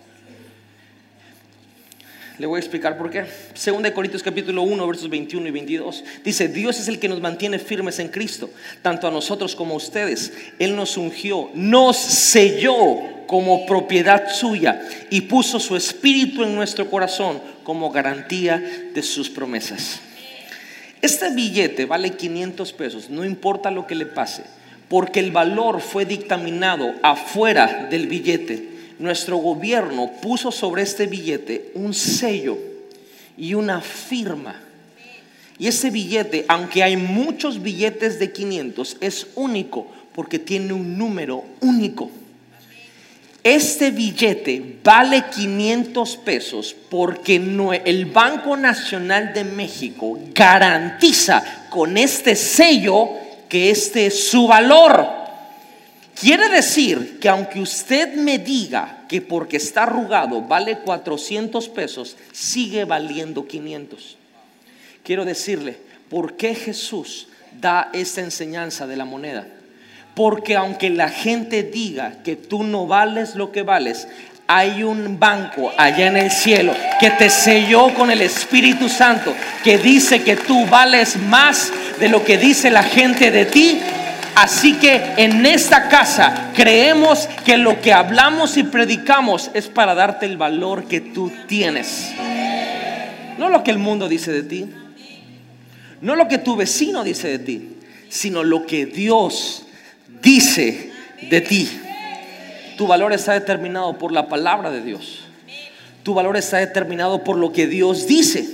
Le voy a explicar por qué. 2 Corintios capítulo 1 versos 21 y 22 dice: Dios es el que nos mantiene firmes en Cristo, tanto a nosotros como a ustedes. Él nos ungió, nos selló como propiedad suya y puso su espíritu en nuestro corazón como garantía de sus promesas. Este billete vale 500 pesos, no importa lo que le pase, porque el valor fue dictaminado afuera del billete. Nuestro gobierno puso sobre este billete un sello y una firma. Y ese billete, aunque hay muchos billetes de 500, es único porque tiene un número único. Este billete vale 500 pesos porque el Banco Nacional de México garantiza con este sello que este es su valor. Quiere decir que aunque usted me diga que porque está arrugado vale 400 pesos, sigue valiendo 500. Quiero decirle, ¿por qué Jesús da esta enseñanza de la moneda? Porque aunque la gente diga que tú no vales lo que vales, hay un banco allá en el cielo que te selló con el Espíritu Santo, que dice que tú vales más de lo que dice la gente de ti. Así que en esta casa creemos que lo que hablamos y predicamos es para darte el valor que tú tienes. No lo que el mundo dice de ti, no lo que tu vecino dice de ti, sino lo que Dios dice de ti. Tu valor está determinado por la palabra de Dios. Tu valor está determinado por lo que Dios dice.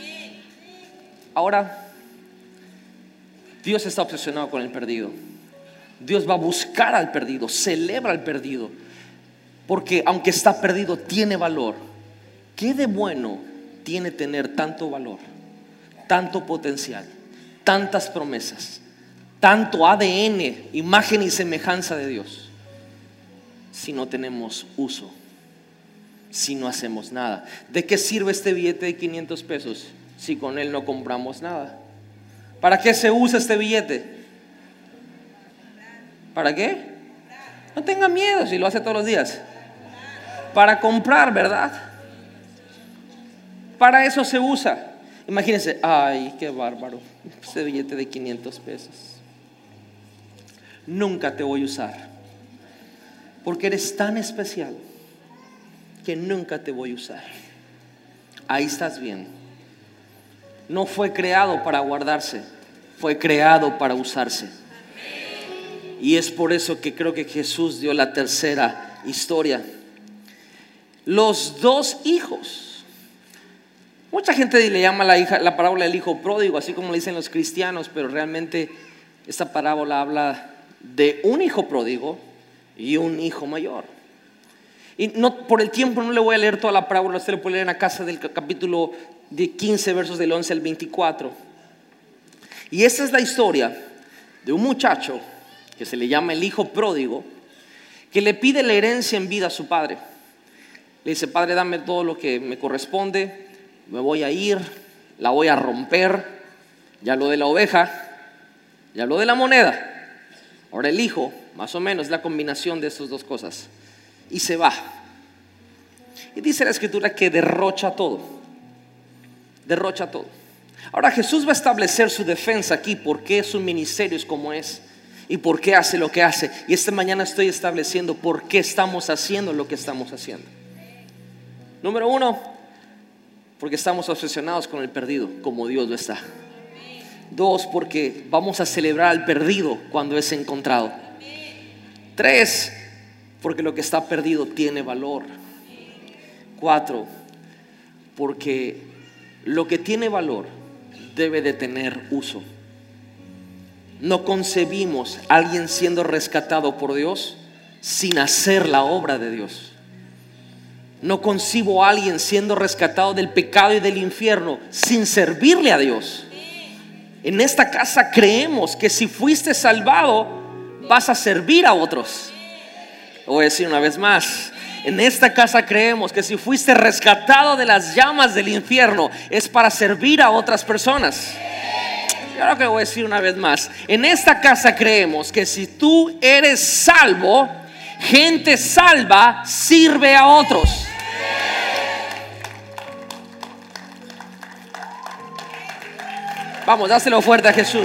Ahora, Dios está obsesionado con el perdido. Dios va a buscar al perdido, celebra al perdido, porque aunque está perdido tiene valor. ¿Qué de bueno tiene tener tanto valor, tanto potencial, tantas promesas, tanto ADN, imagen y semejanza de Dios, si no tenemos uso, si no hacemos nada? ¿De qué sirve este billete de 500 pesos si con él no compramos nada? ¿Para qué se usa este billete? ¿Para qué? No tenga miedo si lo hace todos los días. Para comprar, ¿verdad? Para eso se usa. Imagínense, ay, qué bárbaro, ese billete de 500 pesos. Nunca te voy a usar, porque eres tan especial que nunca te voy a usar. Ahí estás bien. No fue creado para guardarse, fue creado para usarse. Y es por eso que creo que Jesús dio la tercera historia. Los dos hijos. Mucha gente le llama la parábola del hijo pródigo, así como le dicen los cristianos, pero realmente esta parábola habla de un hijo pródigo y un hijo mayor. Y no, por el tiempo no le voy a leer toda la parábola, usted lo puede leer en la casa del capítulo de 15 versos del 11 al 24. Y esta es la historia de un muchacho que se le llama el hijo pródigo, que le pide la herencia en vida a su padre. Le dice: padre, dame todo lo que me corresponde, me voy a ir, la voy a romper. Ya lo de la oveja, ya lo de la moneda. Ahora el hijo, más o menos, es la combinación de estas dos cosas. Y se va. Y dice la escritura que derrocha todo. Derrocha todo. Ahora Jesús va a establecer su defensa aquí, por qué su ministerio es como es y por qué hace lo que hace. Y esta mañana estoy estableciendo por qué estamos haciendo lo que estamos haciendo. Número 1, porque estamos obsesionados con el perdido, como Dios lo está. 2, porque vamos a celebrar al perdido cuando es encontrado. 3, porque lo que está perdido tiene valor. 4, porque lo que tiene valor debe de tener uso. No concebimos a alguien siendo rescatado por Dios sin hacer la obra de Dios. No concibo a alguien siendo rescatado del pecado y del infierno sin servirle a Dios. En esta casa creemos que si fuiste salvado, vas a servir a otros. Lo voy a decir una vez más. En esta casa creemos que si fuiste rescatado de las llamas del infierno, es para servir a otras personas. Y ahora que lo voy a decir una vez más. En esta casa creemos que si tú eres salvo, gente salva sirve a otros. Vamos, dáselo fuerte a Jesús.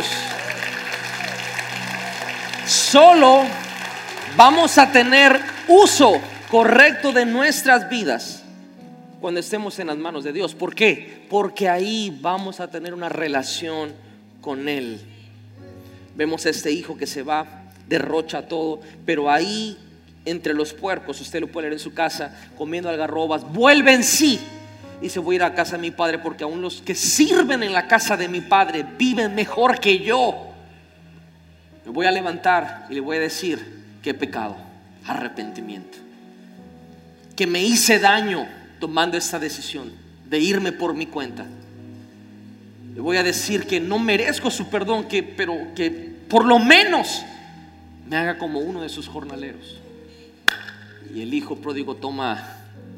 Solo vamos a tener uso correcto de nuestras vidas cuando estemos en las manos de Dios. ¿Por qué? Porque ahí vamos a tener una relación con Él. Vemos a este hijo que se va, derrocha todo, pero ahí entre los puercos, usted lo puede leer en su casa, comiendo algarrobas, vuelve en sí. Dice: voy a ir a casa de mi padre, porque aún los que sirven en la casa de mi padre viven mejor que yo. Me voy a levantar y le voy a decir que he pecado, arrepentimiento, que me hice daño tomando esta decisión de irme por mi cuenta. Le voy a decir que no merezco su perdón, pero que por lo menos me haga como uno de sus jornaleros. Y el hijo pródigo toma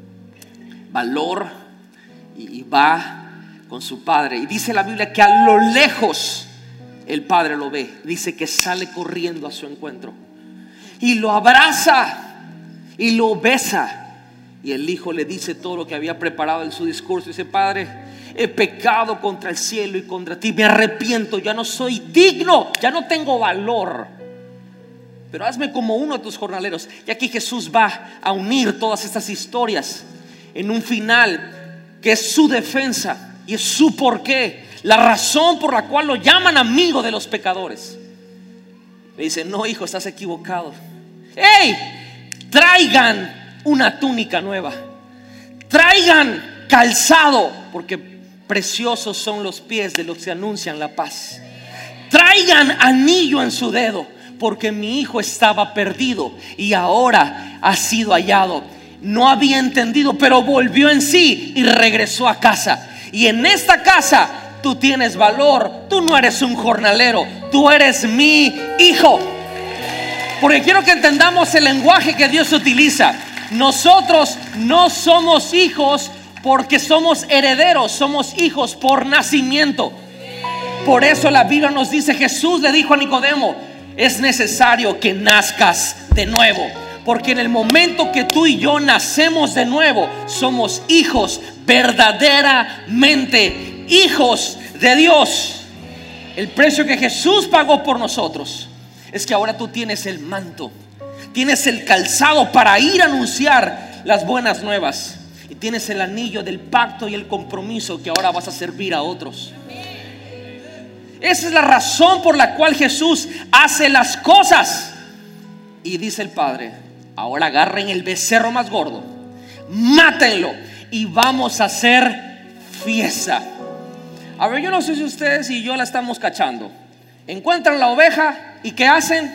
valor y va con su padre. Y dice la Biblia que a lo lejos el padre lo ve. Dice que sale corriendo a su encuentro y lo abraza y lo besa. Y el hijo le dice todo lo que había preparado en su discurso. Dice: padre, he pecado contra el cielo y contra ti, me arrepiento, ya no soy digno, ya no tengo valor, pero hazme como uno de tus jornaleros. Y aquí Jesús va a unir todas estas historias en un final que es su defensa y es su porqué, la razón por la cual lo llaman amigo de los pecadores. Le dice: no, hijo, estás equivocado. ¡Hey! Traigan una túnica nueva, traigan calzado, porque preciosos son los pies de los que anuncian la paz. Traigan anillo en su dedo, porque mi hijo estaba perdido y ahora ha sido hallado. No había entendido, pero volvió en sí y regresó a casa. Y en esta casa tú tienes valor. Tú no eres un jornalero, tú eres mi hijo. Porque quiero que entendamos el lenguaje que Dios utiliza. Nosotros no somos hijos porque somos herederos, somos hijos por nacimiento. Por eso la Biblia nos dice, Jesús le dijo a Nicodemo: es necesario que nazcas de nuevo. Porque en el momento que tú y yo nacemos de nuevo, somos hijos, verdaderamente hijos de Dios. El precio que Jesús pagó por nosotros es que ahora tú tienes el manto, tienes el calzado para ir a anunciar las buenas nuevas, y tienes el anillo del pacto y el compromiso que ahora vas a servir a otros. Esa es la razón por la cual Jesús hace las cosas. Y dice el Padre: ahora agarren el becerro más gordo, mátenlo y vamos a hacer fiesta. A ver, yo no sé si ustedes y yo la estamos cachando. Encuentran la oveja y ¿qué hacen?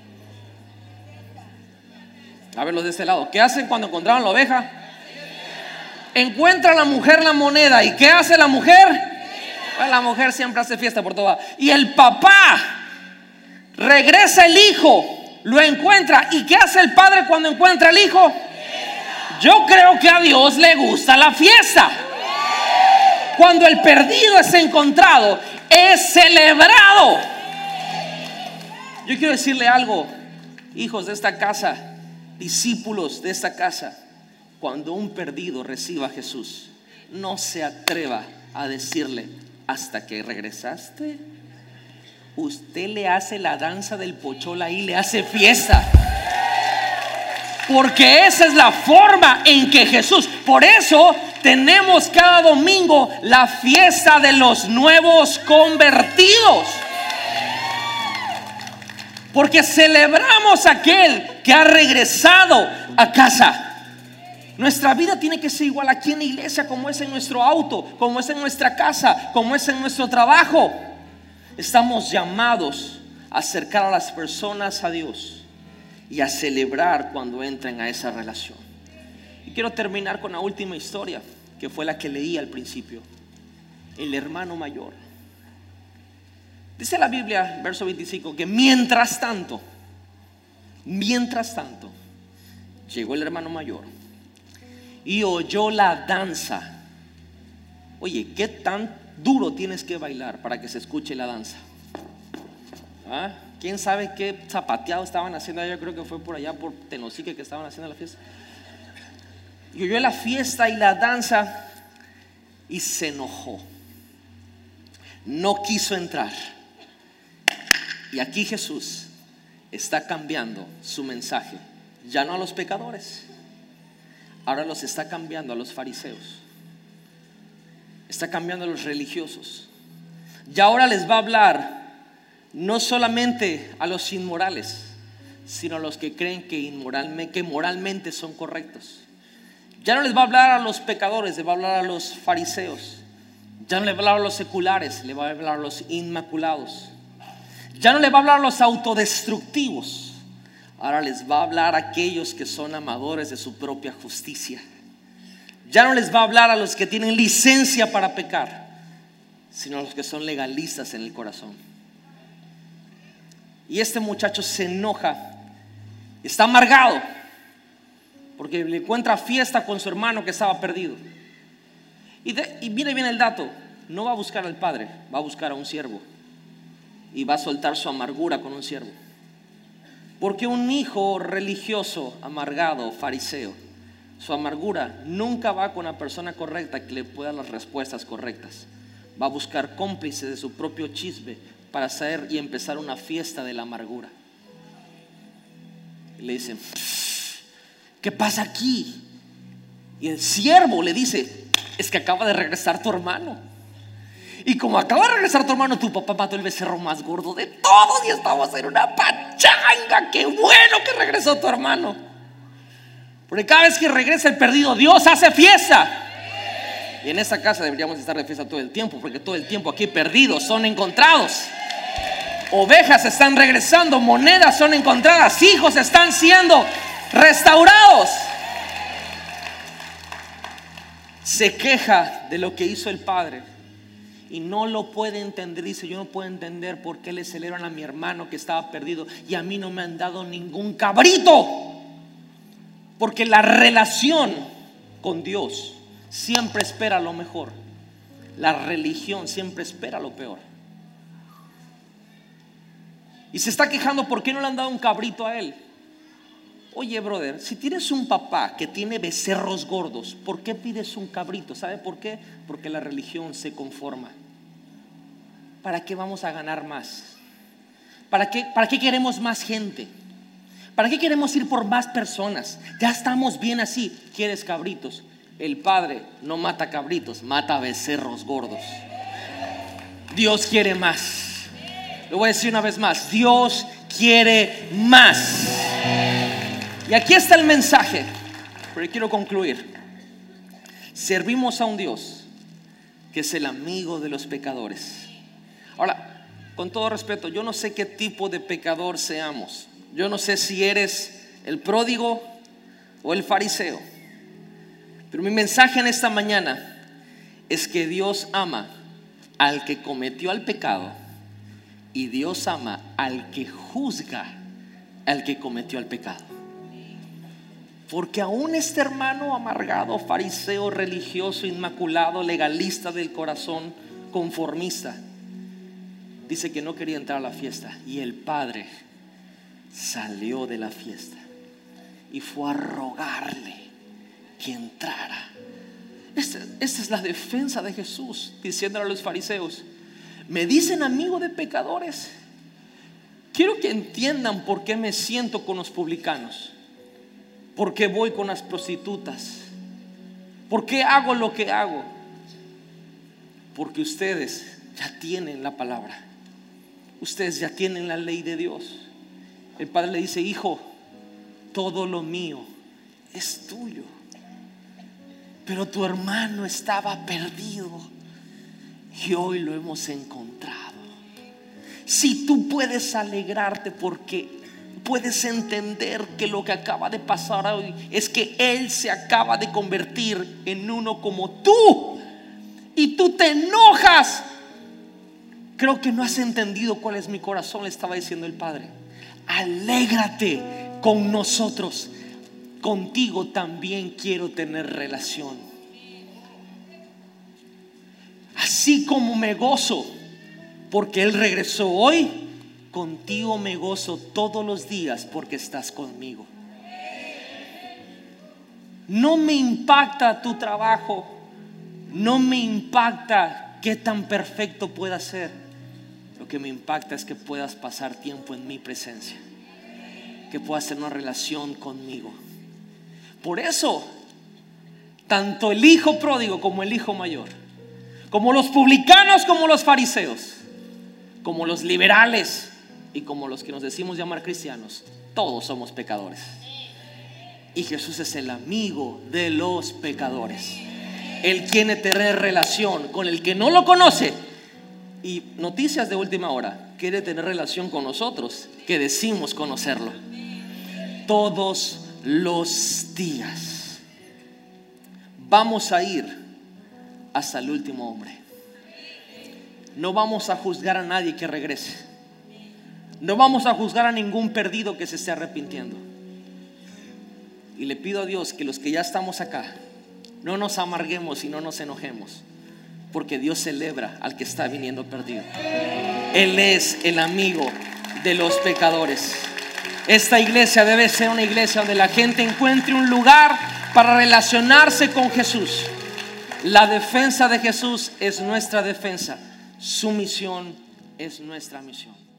A ver, los de este lado, ¿qué hacen cuando encontraron la oveja? Encuentra la mujer la moneda y ¿qué hace la mujer? Pues la mujer siempre hace fiesta por todo. Y el papá, regresa el hijo, lo encuentra, ¿y qué hace el padre cuando encuentra al hijo? Yo creo que a Dios le gusta la fiesta. Cuando el perdido es encontrado, es celebrado. Yo quiero decirle algo, hijos de esta casa, discípulos de esta casa: cuando un perdido reciba a Jesús, no se atreva a decirle: hasta que regresaste. Usted le hace la danza del pochola y le hace fiesta. Porque esa es la forma en que Jesús, por eso tenemos cada domingo la fiesta de los nuevos convertidos. Porque celebramos a aquel que ha regresado a casa. Nuestra vida tiene que ser igual aquí en la iglesia, como es en nuestro auto, como es en nuestra casa, como es en nuestro trabajo. Estamos llamados a acercar a las personas a Dios y a celebrar cuando entren a esa relación. Y quiero terminar con la última historia, que fue la que leí al principio. El hermano mayor. Dice la Biblia, verso 25, que mientras tanto, llegó el hermano mayor y oyó la danza. Oye, ¿qué tan duro tienes que bailar para que se escuche la danza? ¿Ah? ¿Quién sabe qué zapateado estaban haciendo? Yo creo que fue por allá, por Tenosique, que estaban haciendo la fiesta. Y oyó la fiesta y la danza y se enojó. No quiso entrar. Y aquí Jesús está cambiando su mensaje. Ya no a los pecadores, ahora los está cambiando a los fariseos. Está cambiando a los religiosos. Y ahora les va a hablar no solamente a los inmorales, sino a los que creen que moralmente son correctos. Ya no les va a hablar a los pecadores, les va a hablar a los fariseos. Ya no les va a hablar a los seculares, les va a hablar a los inmaculados. Ya no les va a hablar a los autodestructivos. Ahora les va a hablar a aquellos que son amadores de su propia justicia. Ya no les va a hablar a los que tienen licencia para pecar, sino a los que son legalistas en el corazón. Y este muchacho se enoja, está amargado, porque le encuentra fiesta con su hermano que estaba perdido. Y mire bien el dato, no va a buscar al padre, va a buscar a un siervo. Y va a soltar su amargura con un siervo. Porque un hijo religioso, amargado, fariseo, su amargura nunca va con la persona correcta que le pueda dar las respuestas correctas. Va a buscar cómplices de su propio chisme para hacer y empezar una fiesta de la amargura. Y le dicen: ¿qué pasa aquí? Y el siervo le dice: es que acaba de regresar tu hermano. Y como acaba de regresar tu hermano, tu papá mató el becerro más gordo de todos y estamos en una pachanga. ¡Qué bueno que regresó tu hermano! Porque cada vez que regresa el perdido, Dios hace fiesta. Y en esta casa deberíamos estar de fiesta todo el tiempo, porque todo el tiempo aquí perdidos son encontrados. Ovejas están regresando, monedas son encontradas, hijos están siendo restaurados. Se queja de lo que hizo el padre y no lo puede entender. Dice: yo no puedo entender por qué le celebran a mi hermano que estaba perdido y a mí no me han dado ningún cabrito. Porque la relación con Dios siempre espera lo mejor. La religión siempre espera lo peor. Y se está quejando por qué no le han dado un cabrito a él. Oye, brother, si tienes un papá que tiene becerros gordos, ¿por qué pides un cabrito? ¿Sabe por qué? Porque la religión se conforma. ¿Para qué vamos a ganar más? ¿Para qué queremos más gente? ¿Para qué queremos ir por más personas? Ya estamos bien así. ¿Quieres cabritos? El Padre no mata cabritos, mata becerros gordos. Dios quiere más. Lo voy a decir una vez más: Dios quiere más. Y aquí está el mensaje, pero quiero concluir. Servimos a un Dios que es el amigo de los pecadores. Ahora, con todo respeto, yo no sé qué tipo de pecador seamos. Yo no sé si eres el pródigo o el fariseo. Pero mi mensaje en esta mañana es que Dios ama al que cometió el pecado y Dios ama al que juzga al que cometió el pecado. Porque aún este hermano amargado, fariseo, religioso, inmaculado, legalista del corazón, conformista, dice que no quería entrar a la fiesta. Y el padre salió de la fiesta y fue a rogarle que entrara. Esta es la defensa de Jesús, diciéndole a los fariseos: me dicen amigo de pecadores. Quiero que entiendan por qué me siento con los publicanos. ¿Por qué voy con las prostitutas? ¿Por qué hago lo que hago? Porque ustedes ya tienen la palabra. Ustedes ya tienen la ley de Dios. El Padre le dice: hijo, todo lo mío es tuyo. Pero tu hermano estaba perdido y hoy lo hemos encontrado. Si tú puedes alegrarte porque puedes entender que lo que acaba de pasar hoy es que Él se acaba de convertir en uno como tú, y tú te enojas. Creo que no has entendido cuál es mi corazón, le estaba diciendo el Padre. Alégrate con nosotros. Contigo también quiero tener relación. Así como me gozo porque Él regresó hoy, contigo me gozo todos los días porque estás conmigo. No me impacta tu trabajo, no me impacta qué tan perfecto pueda ser. Lo que me impacta es que puedas pasar tiempo en mi presencia, que puedas tener una relación conmigo. Por eso, tanto el hijo pródigo como el hijo mayor, como los publicanos, como los fariseos, como los liberales y como los que nos decimos llamar cristianos, todos somos pecadores. Y Jesús es el amigo de los pecadores. Él quiere tener relación con el que no lo conoce. Y noticias de última hora, quiere tener relación con nosotros que decimos conocerlo todos los días. Vamos a ir hasta el último hombre. No vamos a juzgar a nadie que regrese. No vamos a juzgar a ningún perdido que se esté arrepintiendo. Y le pido a Dios que los que ya estamos acá no nos amarguemos y no nos enojemos, porque Dios celebra al que está viniendo perdido. Él es el amigo de los pecadores. Esta iglesia debe ser una iglesia donde la gente encuentre un lugar para relacionarse con Jesús. La defensa de Jesús es nuestra defensa. Su misión es nuestra misión.